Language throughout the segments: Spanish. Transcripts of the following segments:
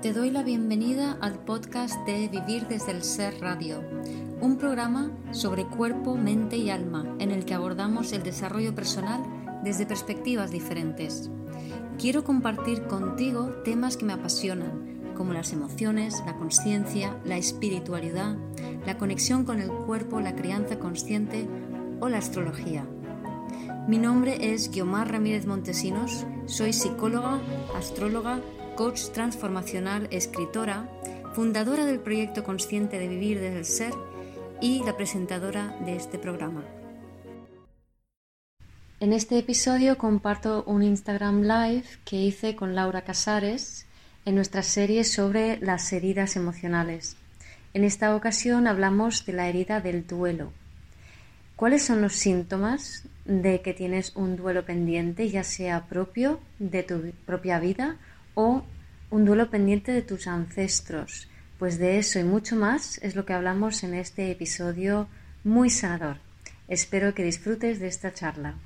Te doy la bienvenida al podcast de Vivir desde el Ser Radio, un programa sobre cuerpo, mente y alma en el que abordamos el desarrollo personal desde perspectivas diferentes. Quiero compartir contigo temas que me apasionan, como las emociones, la consciencia, la espiritualidad, la conexión con el cuerpo, la crianza consciente o la astrología. Mi nombre es Guiomar Ramírez Montesinos, soy psicóloga, astróloga, coach transformacional, escritora, fundadora del proyecto consciente de Vivir desde el Ser y la presentadora de este programa. En este episodio comparto un Instagram Live que hice con Laura Casares en nuestra serie sobre las heridas emocionales. En esta ocasión hablamos de la herida del duelo. ¿Cuáles son los síntomas de que tienes un duelo pendiente, ya sea propio de tu propia vida o un duelo pendiente de tus ancestros? Pues de eso y mucho más es lo que hablamos en este episodio muy sanador. Espero que disfrutes de esta charla.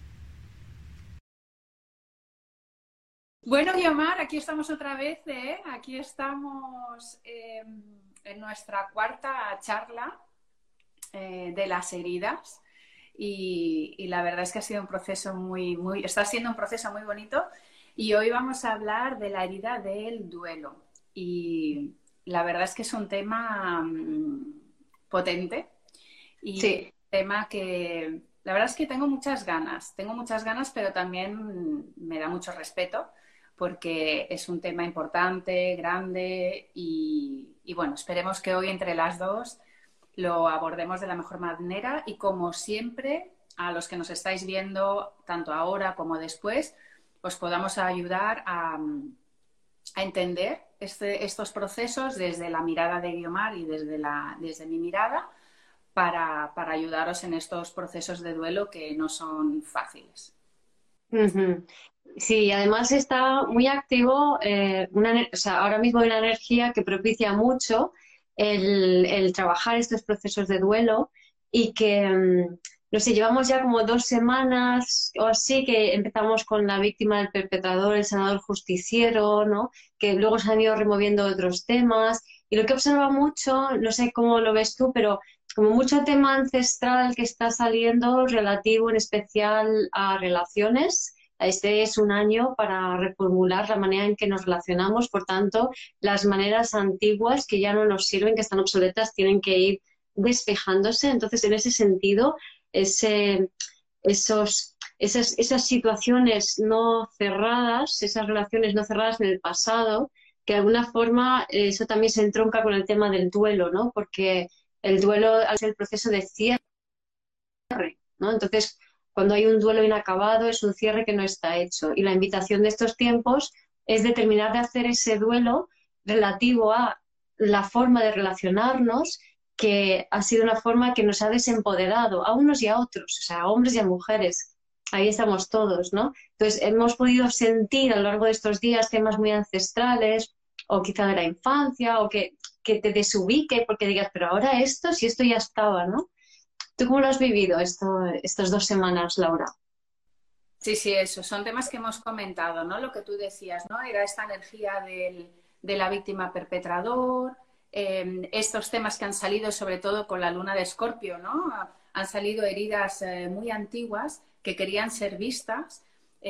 Bueno, Guiomar, aquí estamos otra vez, Aquí estamos en nuestra cuarta charla de las heridas y la verdad es que ha sido un proceso está siendo un proceso muy bonito y hoy vamos a hablar de la herida del duelo y la verdad es que es un tema potente y Sí. un tema que la verdad es que tengo muchas ganas, pero también me da mucho respeto porque es un tema importante, grande y bueno, esperemos que hoy entre las dos lo abordemos de la mejor manera y como siempre, a los que nos estáis viendo, tanto ahora como después, os podamos ayudar a entender estos procesos desde la mirada de Guiomar y desde mi mirada para ayudaros en estos procesos de duelo que no son fáciles. Ujú. Sí, además está muy activo, ahora mismo hay una energía que propicia mucho el trabajar estos procesos de duelo y que, no sé, llevamos ya como 2 semanas o así que empezamos con la víctima del perpetrador, el sanador justiciero, ¿no? Que luego se han ido removiendo otros temas y lo que observa mucho, no sé cómo lo ves tú, pero como mucho tema ancestral que está saliendo relativo en especial a relaciones. Este es un año para reformular la manera en que nos relacionamos, por tanto, las maneras antiguas que ya no nos sirven, que están obsoletas, tienen que ir despejándose. Entonces, en ese sentido, esas situaciones no cerradas, esas relaciones no cerradas en el pasado, que de alguna forma eso también se entronca con el tema del duelo, ¿no? Porque el duelo es el proceso de cierre, ¿no? Entonces, cuando hay un duelo inacabado, es un cierre que no está hecho. Y la invitación de estos tiempos es de terminar de hacer ese duelo relativo a la forma de relacionarnos, que ha sido una forma que nos ha desempoderado a unos y a otros, o sea, a hombres y a mujeres. Ahí estamos todos, ¿no? Entonces, hemos podido sentir a lo largo de estos días temas muy ancestrales, o quizá de la infancia, o que te desubique porque digas, pero ahora esto, si esto ya estaba, ¿no? ¿Tú cómo lo has vivido estas 2 semanas, Laura? Sí, eso. Son temas que hemos comentado, ¿no? Lo que tú decías, ¿no? Era esta energía de la víctima perpetrador, estos temas que han salido sobre todo con la luna de Escorpio, ¿no? Han salido heridas muy antiguas que querían ser vistas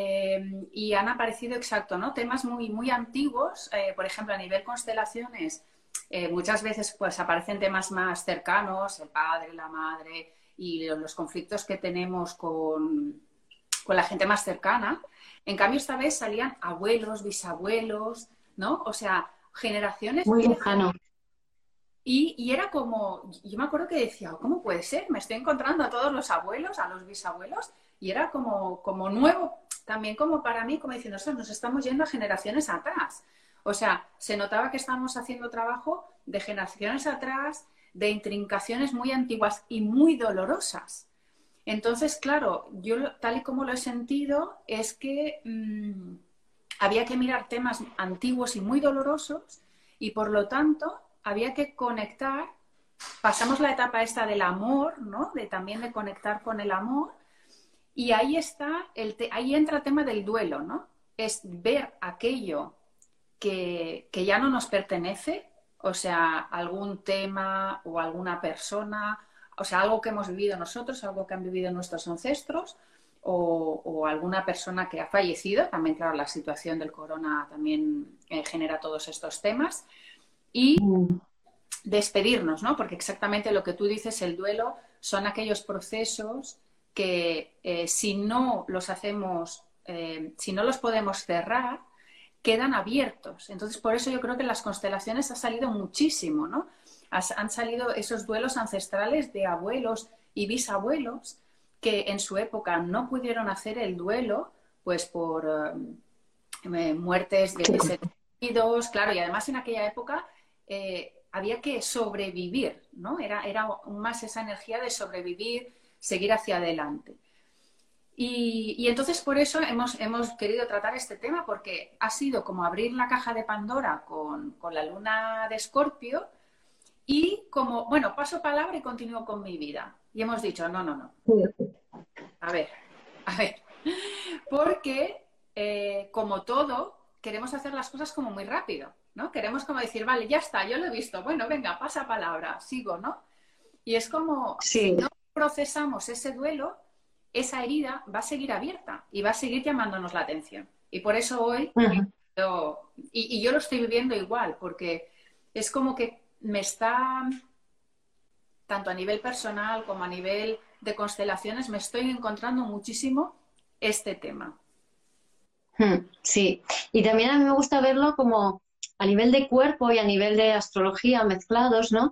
y han aparecido, exacto, ¿no? Temas muy antiguos, por ejemplo, a nivel constelaciones, muchas veces pues aparecen temas más cercanos, el padre, la madre y los conflictos que tenemos con la gente más cercana. En cambio, esta vez salían abuelos, bisabuelos, ¿no? O sea, generaciones. Muy lejano. Y era como, yo me acuerdo que decía, ¿cómo puede ser? Me estoy encontrando a todos los abuelos, a los bisabuelos, y era como nuevo, también como para mí, como diciendo, nos estamos yendo a generaciones atrás. O sea, se notaba que estábamos haciendo trabajo de generaciones atrás, de intrincaciones muy antiguas y muy dolorosas. Entonces, claro, yo tal y como lo he sentido es que había que mirar temas antiguos y muy dolorosos y por lo tanto había que conectar, pasamos la etapa esta del amor, ¿no? También de conectar con el amor y ahí está, ahí entra el tema del duelo, ¿no? Es ver aquello que ya no nos pertenece, o sea, algún tema o alguna persona, o sea, algo que hemos vivido nosotros, algo que han vivido nuestros ancestros, o alguna persona que ha fallecido. También, claro, la situación del corona también genera todos estos temas. Y despedirnos, ¿no? Porque exactamente lo que tú dices, el duelo, son aquellos procesos que si no los hacemos, si no los podemos cerrar, quedan abiertos. Entonces, por eso yo creo que en las constelaciones ha salido muchísimo, ¿no? Han salido esos duelos ancestrales de abuelos y bisabuelos que en su época no pudieron hacer el duelo, pues por muertes de seres queridos, claro, y además en aquella época había que sobrevivir, ¿no? Era más esa energía de sobrevivir, seguir hacia adelante. Y entonces por eso hemos querido tratar este tema, porque ha sido como abrir la caja de Pandora con la luna de Escorpio y como, bueno, paso palabra y continúo con mi vida. Y hemos dicho, no. A ver. Porque, como todo, queremos hacer las cosas como muy rápido, ¿no? Queremos como decir, vale, ya está, yo lo he visto, bueno, venga, pasa palabra, sigo, ¿no? Y es como, si no procesamos ese duelo, esa herida va a seguir abierta y va a seguir llamándonos la atención. Y por eso hoy, yo lo estoy viviendo igual, porque es como que me está, tanto a nivel personal como a nivel de constelaciones, me estoy encontrando muchísimo este tema. Sí, y también a mí me gusta verlo como a nivel de cuerpo y a nivel de astrología mezclados, ¿no?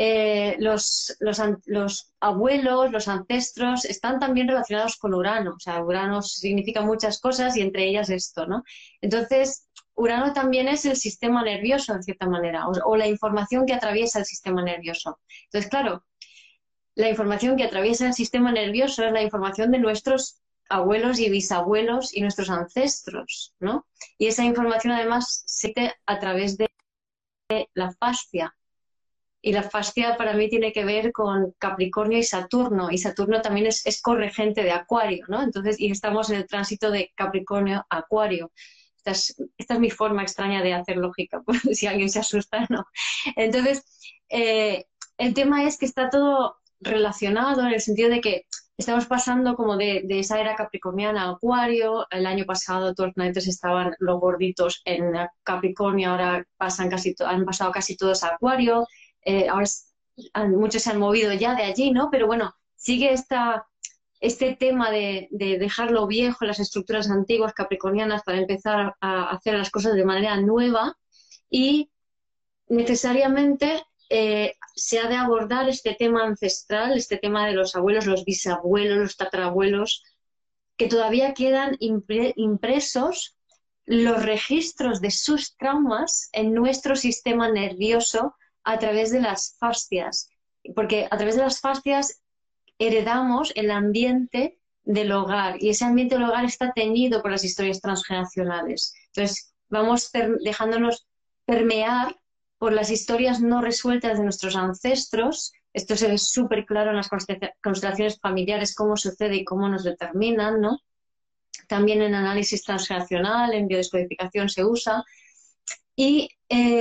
Los abuelos, los ancestros están también relacionados con Urano, o sea, Urano significa muchas cosas y entre ellas esto, ¿no? Entonces, Urano también es el sistema nervioso, en cierta manera, o la información que atraviesa el sistema nervioso. Entonces, claro, la información que atraviesa el sistema nervioso es la información de nuestros abuelos y bisabuelos y nuestros ancestros, ¿no? Y esa información además se hace a través de la fascia. Y la fascia para mí tiene que ver con Capricornio y Saturno también es corregente de Acuario, ¿no? Entonces, y estamos en el tránsito de Capricornio a Acuario. Esta es mi forma extraña de hacer lógica, por si alguien se asusta, ¿no? Entonces, el tema es que está todo relacionado en el sentido de que estamos pasando como de esa era capricorniana a Acuario. El año pasado todos los planetas estaban los gorditos en Capricornio, ahora han pasado casi todos a Acuario. Ahora muchos se han movido ya de allí, ¿no? Pero bueno, sigue este tema de dejar lo viejo, las estructuras antiguas capricornianas para empezar a hacer las cosas de manera nueva, y necesariamente se ha de abordar este tema ancestral, este tema de los abuelos, los bisabuelos, los tatarabuelos, que todavía quedan impresos los registros de sus traumas en nuestro sistema nervioso a través de las fascias, porque a través de las fascias heredamos el ambiente del hogar, y ese ambiente del hogar está teñido por las historias transgeneracionales. Entonces vamos dejándonos permear por las historias no resueltas de nuestros ancestros. Esto se ve súper claro en las constelaciones familiares, cómo sucede y cómo nos determinan, ¿no? También en análisis transgeneracional, en biodescodificación se usa. Y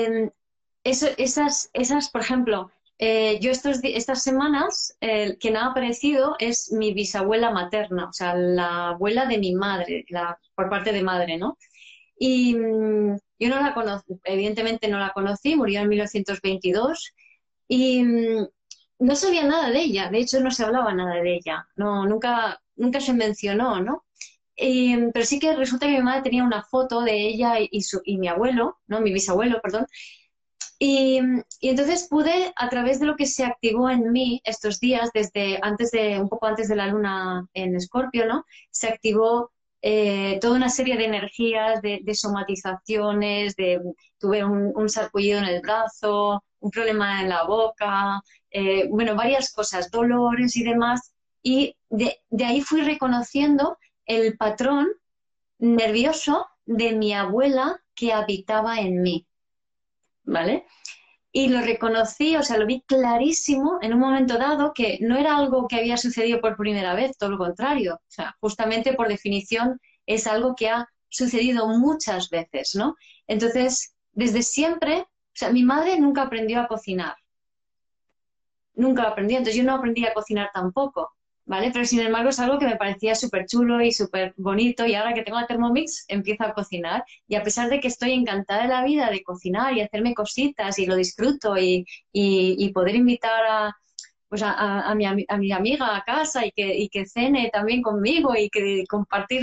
esas, por ejemplo, yo estas semanas, quien ha aparecido es mi bisabuela materna, o sea, la abuela de mi madre, por parte de madre, ¿no? Y yo no la conocí, evidentemente no la conocí, murió en 1922 y no sabía nada de ella, de hecho no se hablaba nada de ella, nunca se mencionó, ¿no? Pero sí que resulta que mi madre tenía una foto de ella y mi abuelo, ¿no? Mi bisabuelo, perdón. Y entonces pude, a través de lo que se activó en mí estos días, un poco antes de la luna en Escorpio, ¿no? Se activó toda una serie de energías, de somatizaciones, tuve un sarpullido en el brazo, un problema en la boca, bueno, varias cosas, dolores y demás. Y de ahí fui reconociendo el patrón nervioso de mi abuela que habitaba en mí. ¿Vale? Y lo reconocí, o sea, lo vi clarísimo en un momento dado, que no era algo que había sucedido por primera vez, todo lo contrario. O sea, justamente por definición es algo que ha sucedido muchas veces, ¿no? Entonces, desde siempre, o sea, mi madre nunca aprendió a cocinar, nunca lo aprendió, entonces yo no aprendí a cocinar tampoco, ¿vale? Pero sin embargo es algo que me parecía súper chulo y súper bonito y ahora que tengo la Thermomix empiezo a cocinar y a pesar de que estoy encantada de la vida de cocinar y hacerme cositas y lo disfruto y poder invitar pues a mi amiga a casa y que cene también conmigo y que compartir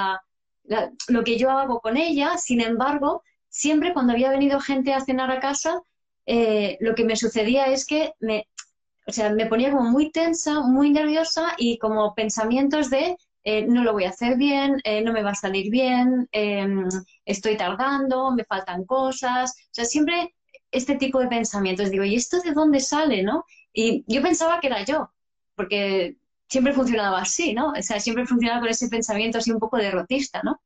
lo que yo hago con ella, sin embargo, siempre cuando había venido gente a cenar a casa, lo que me sucedía es que o sea, me ponía como muy tensa, muy nerviosa y como pensamientos de no lo voy a hacer bien, no me va a salir bien, estoy tardando, me faltan cosas. O sea, siempre este tipo de pensamientos. Digo, ¿y esto de dónde sale, no? Y yo pensaba que era yo, porque siempre funcionaba así, ¿no? O sea, siempre funcionaba con ese pensamiento así un poco derrotista, ¿no?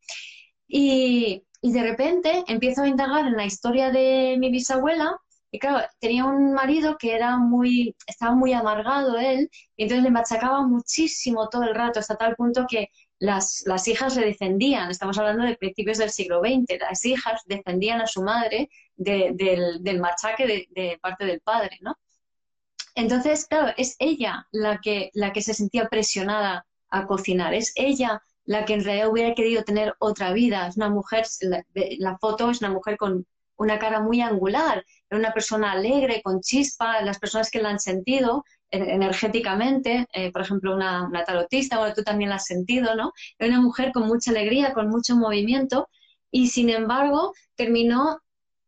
Y de repente empiezo a indagar en la historia de mi bisabuela y claro, tenía un marido que estaba muy amargado él y entonces le machacaba muchísimo todo el rato hasta tal punto que las hijas le defendían, estamos hablando de principios del siglo XX, las hijas defendían a su madre del machaque de parte del padre, ¿no? Entonces, claro, es ella la que se sentía presionada a cocinar, es ella la que en realidad hubiera querido tener otra vida. Es una mujer, la foto es una mujer con una cara muy angular, una persona alegre, con chispa, las personas que la han sentido energéticamente, por ejemplo, una tarotista, bueno, tú también la has sentido, ¿no? Era una mujer con mucha alegría, con mucho movimiento, y sin embargo terminó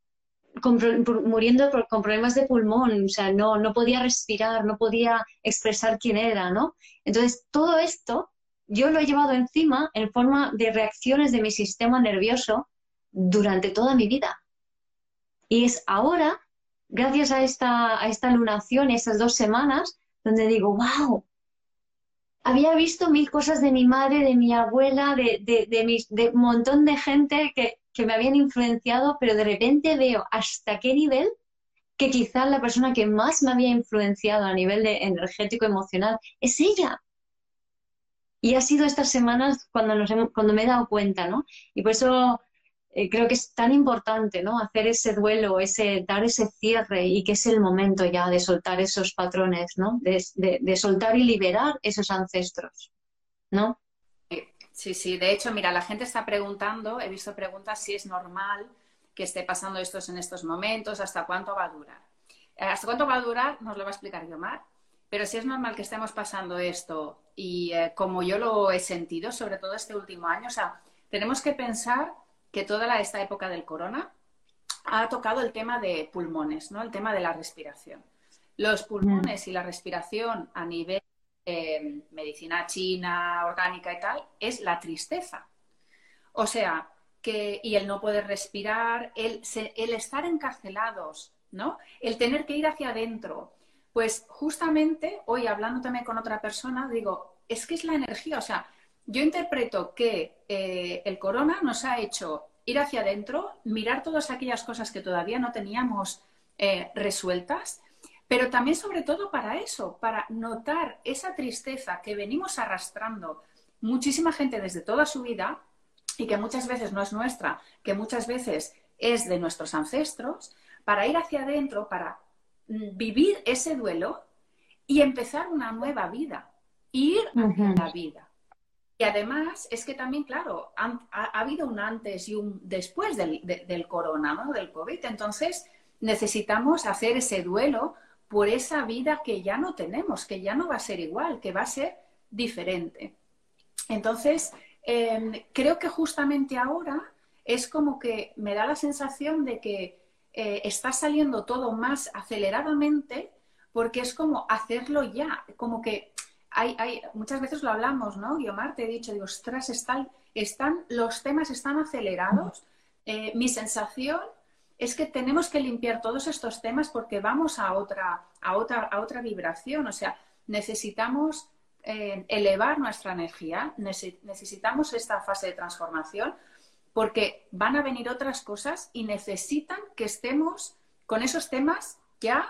muriendo con problemas de pulmón, o sea, no podía respirar, no podía expresar quién era, ¿no? Entonces, todo esto yo lo he llevado encima en forma de reacciones de mi sistema nervioso durante toda mi vida. Y es ahora, gracias a esta lunación, estas 2 semanas, donde digo, wow, había visto mil cosas de mi madre, de mi abuela, de un montón de gente que me habían influenciado, pero de repente veo hasta qué nivel que quizás la persona que más me había influenciado a nivel de energético emocional es ella. Y ha sido estas semanas cuando me he dado cuenta, ¿no? Y por eso creo que es tan importante, ¿no? Hacer ese duelo, dar ese cierre y que es el momento ya de soltar esos patrones, ¿no? De soltar y liberar esos ancestros, ¿no? Sí, sí. De hecho, mira, la gente está preguntando, he visto preguntas si es normal que esté pasando esto en estos momentos, hasta cuánto va a durar. ¿Hasta cuánto va a durar? Nos lo va a explicar Guiomar. Pero si es normal que estemos pasando esto y como yo lo he sentido, sobre todo este último año, o sea, tenemos que pensar que toda esta época del corona ha tocado el tema de pulmones, ¿no? El tema de la respiración. Los pulmones y la respiración a nivel medicina china, orgánica y tal, es la tristeza. O sea, y el no poder respirar, el estar encarcelados, ¿no? El tener que ir hacia adentro. Pues justamente hoy hablando también con otra persona, digo, es que es la energía, o sea, yo interpreto que el corona nos ha hecho ir hacia adentro, mirar todas aquellas cosas que todavía no teníamos resueltas, pero también sobre todo para eso, para notar esa tristeza que venimos arrastrando muchísima gente desde toda su vida y que muchas veces no es nuestra, que muchas veces es de nuestros ancestros, para ir hacia adentro, para vivir ese duelo y empezar una nueva vida, ir hacia la vida. Y además es que también, claro, ha habido un antes y un después del corona, ¿no? Del COVID. Entonces necesitamos hacer ese duelo por esa vida que ya no tenemos, que ya no va a ser igual, que va a ser diferente. Entonces, creo que justamente ahora es como que me da la sensación de que está saliendo todo más aceleradamente porque es como hacerlo ya, como que muchas veces lo hablamos, ¿no? Guiomar, te he dicho, digo, ostras, los temas están acelerados. Mi sensación es que tenemos que limpiar todos estos temas porque vamos a otra vibración, o sea, necesitamos elevar nuestra energía, necesitamos esta fase de transformación porque van a venir otras cosas y necesitan que estemos con esos temas ya,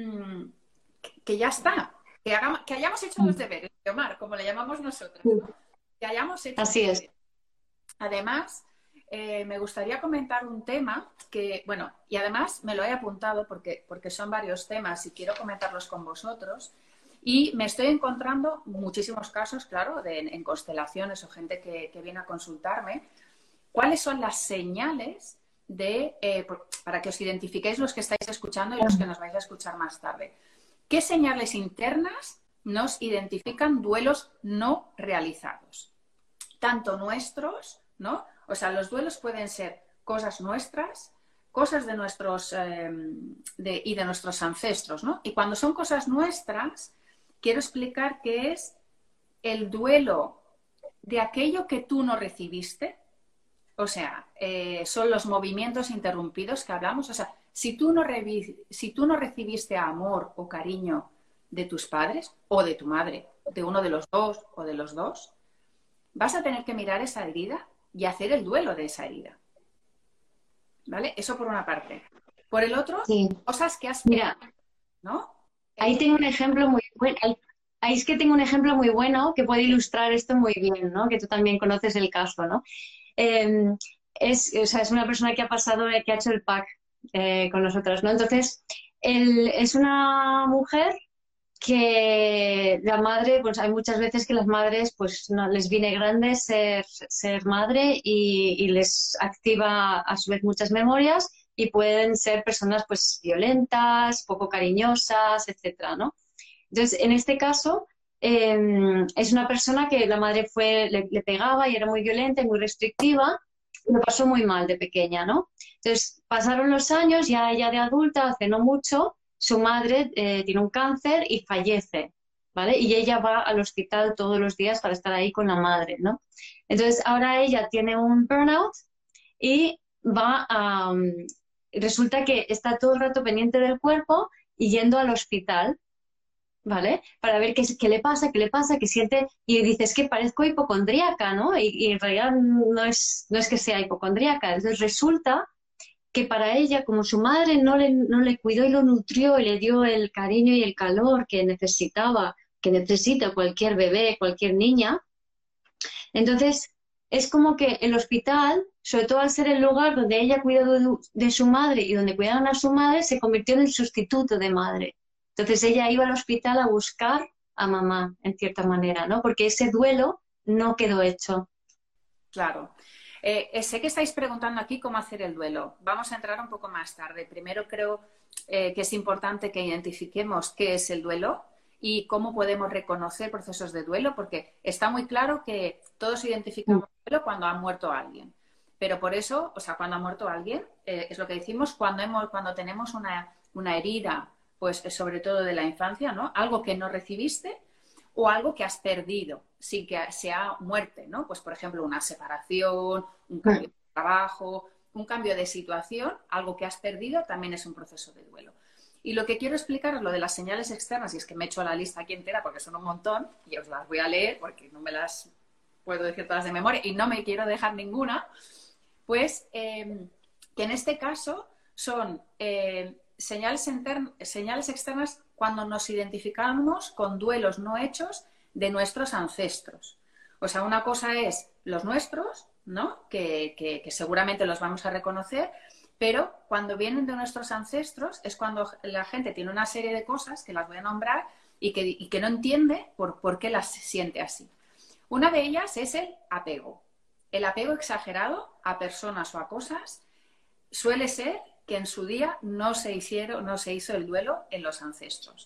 que ya está, que hayamos hecho los deberes, Omar, como le llamamos nosotros, ¿no? Que hayamos hecho Así los es. deberes. Además, me gustaría comentar un tema que, bueno, y además me lo he apuntado porque son varios temas y quiero comentarlos con vosotros. Y me estoy encontrando muchísimos casos, claro, en constelaciones o gente que viene a consultarme. ¿Cuáles son las señales para que os identifiquéis los que estáis escuchando y los que nos vais a escuchar más tarde? ¿Qué señales internas nos identifican duelos no realizados? Tanto nuestros, ¿no? O sea, los duelos pueden ser cosas nuestras, cosas de nuestros y de nuestros ancestros, ¿no? Y cuando son cosas nuestras, quiero explicar qué es el duelo de aquello que tú no recibiste. O sea, son los movimientos interrumpidos que hablamos. O sea, si tú no recibiste amor o cariño de tus padres o de tu madre, de uno de los dos o de los dos, vas a tener que mirar esa herida y hacer el duelo de esa herida. ¿Vale? Eso por una parte. Por el otro, Sí. cosas que has... Mira, ¿no? ahí tengo un ejemplo muy bueno. Ahí es que tengo un ejemplo muy bueno que puede ilustrar esto muy bien, ¿no? Que tú también conoces el caso, ¿no? O sea, es una persona que ha pasado, que ha hecho el pack con nosotros, ¿no? Entonces, es una mujer que la madre, pues hay muchas veces que las madres, pues no les viene grande ser madre y les activa a su vez muchas memorias y pueden ser personas pues violentas, poco cariñosas, etcétera, ¿no? Entonces, en este caso, es una persona que la madre le pegaba y era muy violenta y muy restrictiva y lo pasó muy mal de pequeña, ¿no? Entonces, pasaron los años, ya ella de adulta, hace no mucho, su madre tiene un cáncer y fallece, ¿vale? Y ella va al hospital todos los días para estar ahí con la madre, ¿no? Entonces, ahora ella tiene un burnout y resulta que está todo el rato pendiente del cuerpo y yendo al hospital, ¿vale? Para ver qué le pasa, qué siente, y dices que parezco hipocondríaca, ¿no? Y en realidad no es que sea hipocondríaca. Entonces resulta que para ella, como su madre no le cuidó y lo nutrió y le dio el cariño y el calor que necesitaba, que necesita cualquier bebé, cualquier niña, entonces es como que el hospital, sobre todo al ser el lugar donde ella cuidó de su madre y donde cuidaban a su madre, se convirtió en el sustituto de madre. Entonces ella iba al hospital a buscar a mamá, en cierta manera, ¿no? Porque ese duelo no quedó hecho. Claro. Sé que estáis preguntando aquí cómo hacer el duelo. Vamos a entrar un poco más tarde. Primero creo que es importante que identifiquemos qué es el duelo y cómo podemos reconocer procesos de duelo, porque está muy claro que todos identificamos el duelo cuando ha muerto alguien. Pero por eso, o sea, cuando ha muerto alguien, es lo que decimos, cuando tenemos una herida, pues sobre todo de la infancia, ¿no? Algo que no recibiste o algo que has perdido sin que sea muerte, ¿no? Pues, por ejemplo, una separación, un cambio de trabajo, un cambio de situación, algo que has perdido también es un proceso de duelo. Y lo que quiero explicar es lo de las señales externas, y es que me he hecho la lista aquí entera porque son un montón y os las voy a leer porque no me las puedo decir todas de memoria y no me quiero dejar ninguna, pues que en este caso son señales externas cuando nos identificamos con duelos no hechos de nuestros ancestros. O sea, una cosa es los nuestros, ¿no? Que seguramente los vamos a reconocer, pero cuando vienen de nuestros ancestros es cuando la gente tiene una serie de cosas que las voy a nombrar y que no entiende por qué las siente así. Una de ellas es el apego. El apego exagerado a personas o a cosas suele ser que en su día no se hizo el duelo en los ancestros.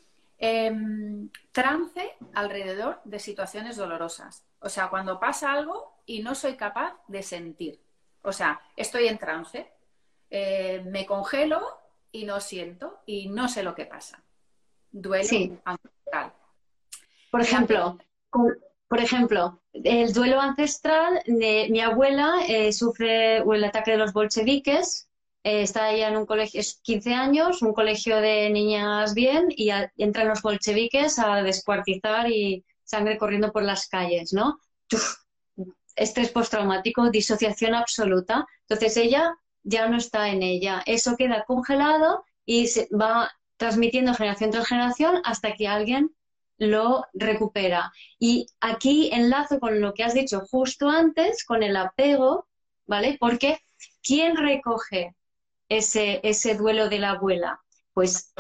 Trance alrededor de situaciones dolorosas. O sea, cuando pasa algo y no soy capaz de sentir. O sea, estoy en trance, me congelo y no siento y no sé lo que pasa. Duelo ancestral. Por ejemplo, el duelo ancestral de mi abuela sufre el ataque de los bolcheviques. Está ella en un colegio, es 15 años, un colegio de niñas bien, y entran los bolcheviques a descuartizar y sangre corriendo por las calles, ¿no? Estrés postraumático, disociación absoluta. Entonces ella ya no está en ella. Eso queda congelado y se va transmitiendo generación tras generación hasta que alguien lo recupera. Y aquí enlazo con lo que has dicho justo antes, con el apego, ¿vale? Porque ¿quién recoge ese duelo de la abuela? Pues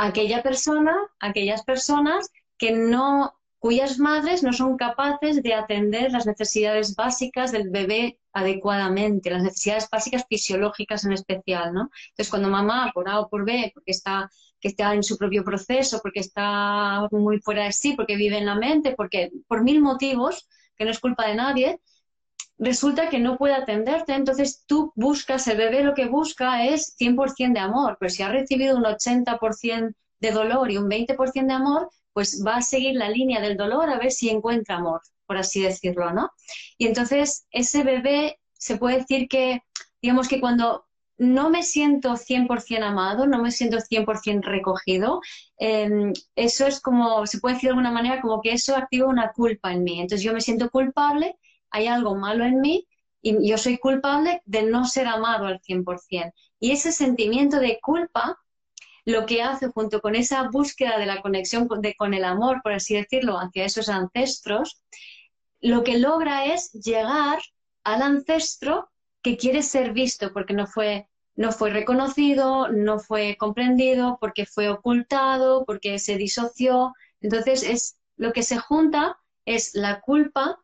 aquellas personas que no, cuyas madres no son capaces de atender las necesidades básicas del bebé adecuadamente, las necesidades básicas fisiológicas en especial, ¿no? Entonces, cuando mamá, por A o por B, que está en su propio proceso, porque está muy fuera de sí, porque vive en la mente, porque por mil motivos, que no es culpa de nadie, resulta que no puede atenderte, entonces tú buscas, el bebé lo que busca es 100% de amor, pero si ha recibido un 80% de dolor y un 20% de amor, pues va a seguir la línea del dolor a ver si encuentra amor, por así decirlo, ¿no? Y entonces ese bebé se puede decir que, digamos que cuando no me siento 100% amado, no me siento 100% recogido, eso es como, se puede decir de alguna manera, como que eso activa una culpa en mí. Entonces yo me siento culpable, hay algo malo en mí y yo soy culpable de no ser amado al 100%. Y ese sentimiento de culpa lo que hace junto con esa búsqueda de la conexión con el amor, por así decirlo, hacia esos ancestros, lo que logra es llegar al ancestro que quiere ser visto porque no fue reconocido, no fue comprendido, porque fue ocultado, porque se disoció. Entonces lo que se junta es la culpa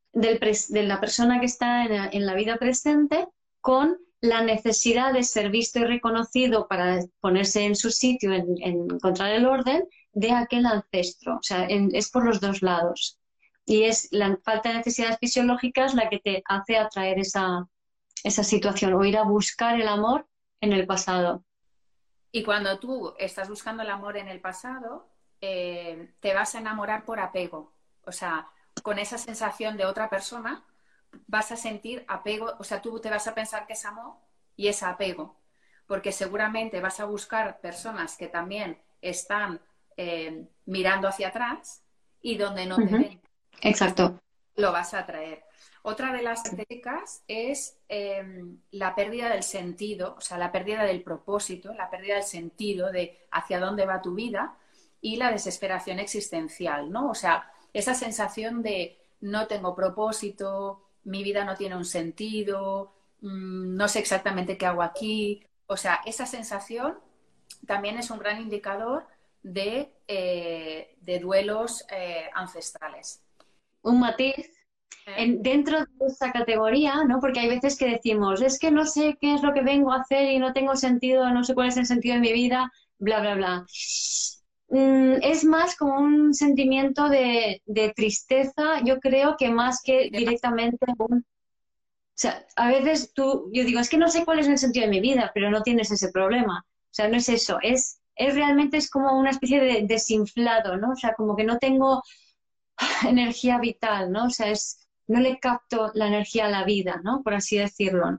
de la persona que está en la vida presente con la necesidad de ser visto y reconocido para ponerse en su sitio, en encontrar el orden de aquel ancestro. O sea, es por los dos lados. Y es la falta de necesidades fisiológicas la que te hace atraer esa situación o ir a buscar el amor en el pasado. Y cuando tú estás buscando el amor en el pasado, te vas a enamorar por apego. O sea, con esa sensación de otra persona, vas a sentir apego. O sea, tú te vas a pensar que es amor y es apego. Porque seguramente vas a buscar personas que también están mirando hacia atrás y donde no te ven. Exacto. Lo vas a atraer. Otra de las técnicas es la pérdida del sentido, o sea, la pérdida del propósito, la pérdida del sentido de hacia dónde va tu vida y la desesperación existencial, ¿no? O sea, esa sensación de no tengo propósito, mi vida no tiene un sentido, no sé exactamente qué hago aquí. O sea, esa sensación también es un gran indicador de duelos ancestrales. Un matiz dentro de esta categoría, ¿no? Porque hay veces que decimos, es que no sé qué es lo que vengo a hacer y no tengo sentido, no sé cuál es el sentido de mi vida, bla, bla, bla. Es más como un sentimiento de tristeza, yo creo que más que directamente o sea, a veces yo digo, es que no sé cuál es el sentido de mi vida, pero no tienes ese problema. O sea, no es eso, es realmente es como una especie de desinflado, ¿no? O sea, como que no tengo energía vital, ¿no? O sea, no le capto la energía a la vida, ¿no? Por así decirlo.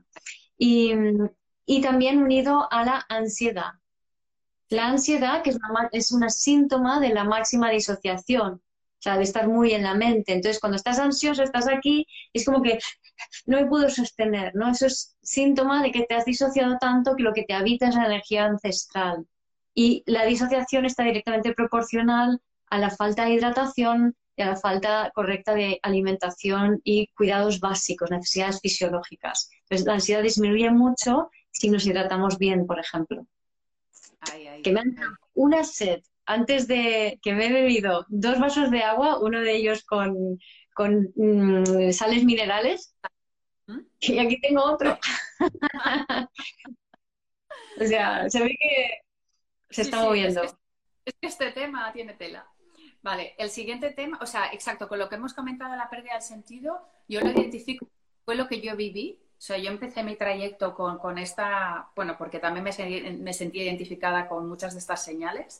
Y también unido a la ansiedad. La ansiedad, que es un síntoma de la máxima disociación, o sea, de estar muy en la mente. Entonces, cuando estás ansioso, estás aquí, es como que no me puedo sostener, ¿no? Eso es síntoma de que te has disociado tanto que lo que te habita es la energía ancestral. Y la disociación está directamente proporcional a la falta de hidratación y a la falta correcta de alimentación y cuidados básicos, necesidades fisiológicas. Entonces, la ansiedad disminuye mucho si nos hidratamos bien, por ejemplo. Que me han dado una sed antes de que me he bebido 2 vasos de agua, uno de ellos con sales minerales, y aquí tengo otro. O sea, se ve que se está moviendo. Es que este tema tiene tela. Vale, el siguiente tema, o sea, exacto, con lo que hemos comentado de la pérdida del sentido, yo lo identifico, fue lo que yo viví. O sea, yo empecé mi trayecto con esta, bueno, porque también me sentí identificada con muchas de estas señales.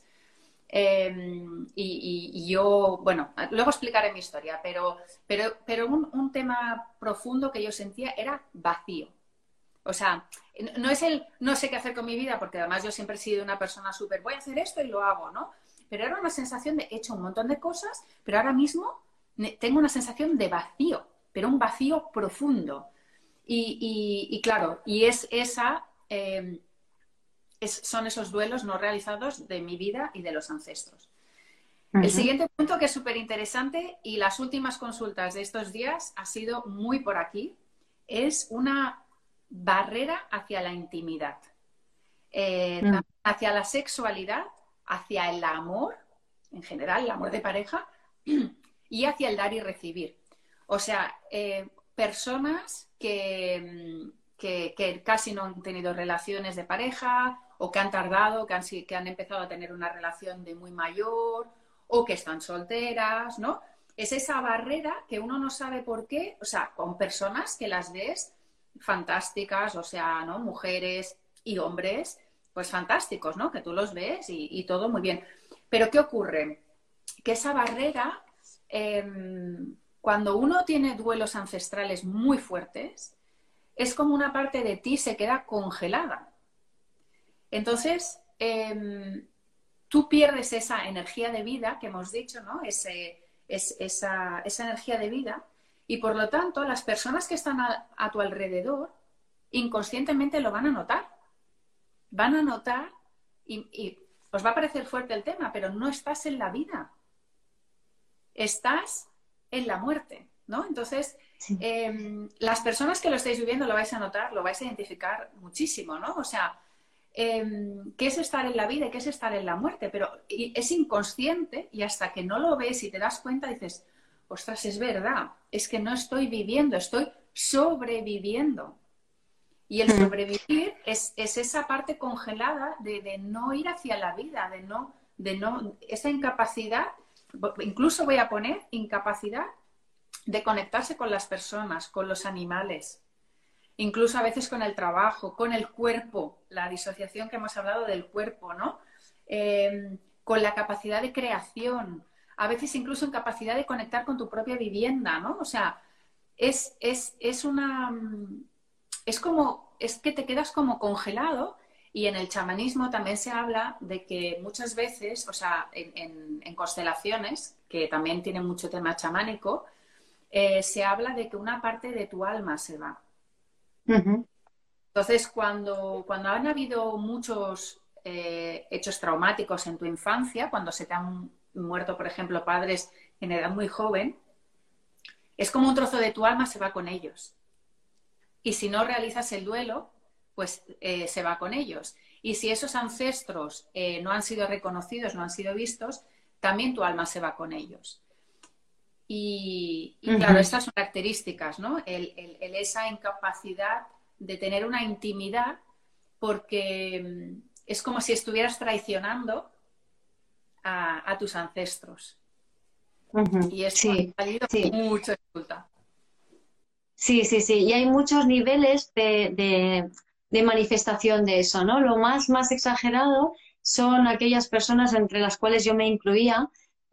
Y yo, bueno, luego explicaré mi historia, pero un tema profundo que yo sentía era vacío. O sea, no es no sé qué hacer con mi vida, porque además yo siempre he sido una persona súper, voy a hacer esto y lo hago, ¿no? Pero era una sensación de he hecho un montón de cosas, pero ahora mismo tengo una sensación de vacío, pero un vacío profundo. Y claro, y son esos duelos no realizados de mi vida y de los ancestros. El siguiente punto, que es súper interesante, y las últimas consultas de estos días ha sido muy por aquí, es una barrera hacia la intimidad, hacia la sexualidad, hacia el amor, en general, el amor de pareja, y hacia el dar y recibir. O sea, personas que casi no han tenido relaciones de pareja, o que han tardado, que han empezado a tener una relación de muy mayor, o que están solteras, ¿no? Es esa barrera que uno no sabe por qué, o sea, con personas que las ves fantásticas, o sea, ¿no? Mujeres y hombres, pues fantásticos, ¿no? Que tú los ves y todo muy bien. Pero ¿qué ocurre? Que esa barrera, cuando uno tiene duelos ancestrales muy fuertes, es como una parte de ti se queda congelada. Entonces, tú pierdes esa energía de vida que hemos dicho, ¿no? Esa energía de vida, y por lo tanto las personas que están a tu alrededor inconscientemente lo van a notar. Van a notar y os va a parecer fuerte el tema, pero no estás en la vida. Estás en la muerte, ¿no? Entonces, Sí. las personas que lo estáis viviendo lo vais a notar, lo vais a identificar muchísimo, ¿no? O sea, qué es estar en la vida y qué es estar en la muerte, pero es inconsciente y hasta que no lo ves y te das cuenta dices, ostras, es verdad, es que no estoy viviendo, estoy sobreviviendo. Y el sobrevivir es esa parte congelada de no ir hacia la vida, de no, esa incapacidad, incluso voy a poner incapacidad de conectarse con las personas, con los animales, incluso a veces con el trabajo, con el cuerpo, la disociación que hemos hablado del cuerpo, ¿no? Con la capacidad de creación, a veces incluso en capacidad de conectar con tu propia vivienda, ¿no? O sea, es que te quedas como congelado. Y en el chamanismo también se habla de que muchas veces, o sea, en constelaciones, que también tienen mucho tema chamánico, se habla de que una parte de tu alma se va. Uh-huh. Entonces, cuando han habido muchos hechos traumáticos en tu infancia, cuando se te han muerto, por ejemplo, padres en edad muy joven, es como un trozo de tu alma se va con ellos. Y si no realizas el duelo, pues se va con ellos. Y si esos ancestros no han sido reconocidos, no han sido vistos, también tu alma se va con ellos. Y claro, estas son características, ¿no? Esa incapacidad de tener una intimidad, porque es como si estuvieras traicionando a tus ancestros. Y esto ha salido mucho de dificultad. Sí. Y hay muchos niveles de manifestación de eso, ¿no? Lo más exagerado son aquellas personas entre las cuales yo me incluía,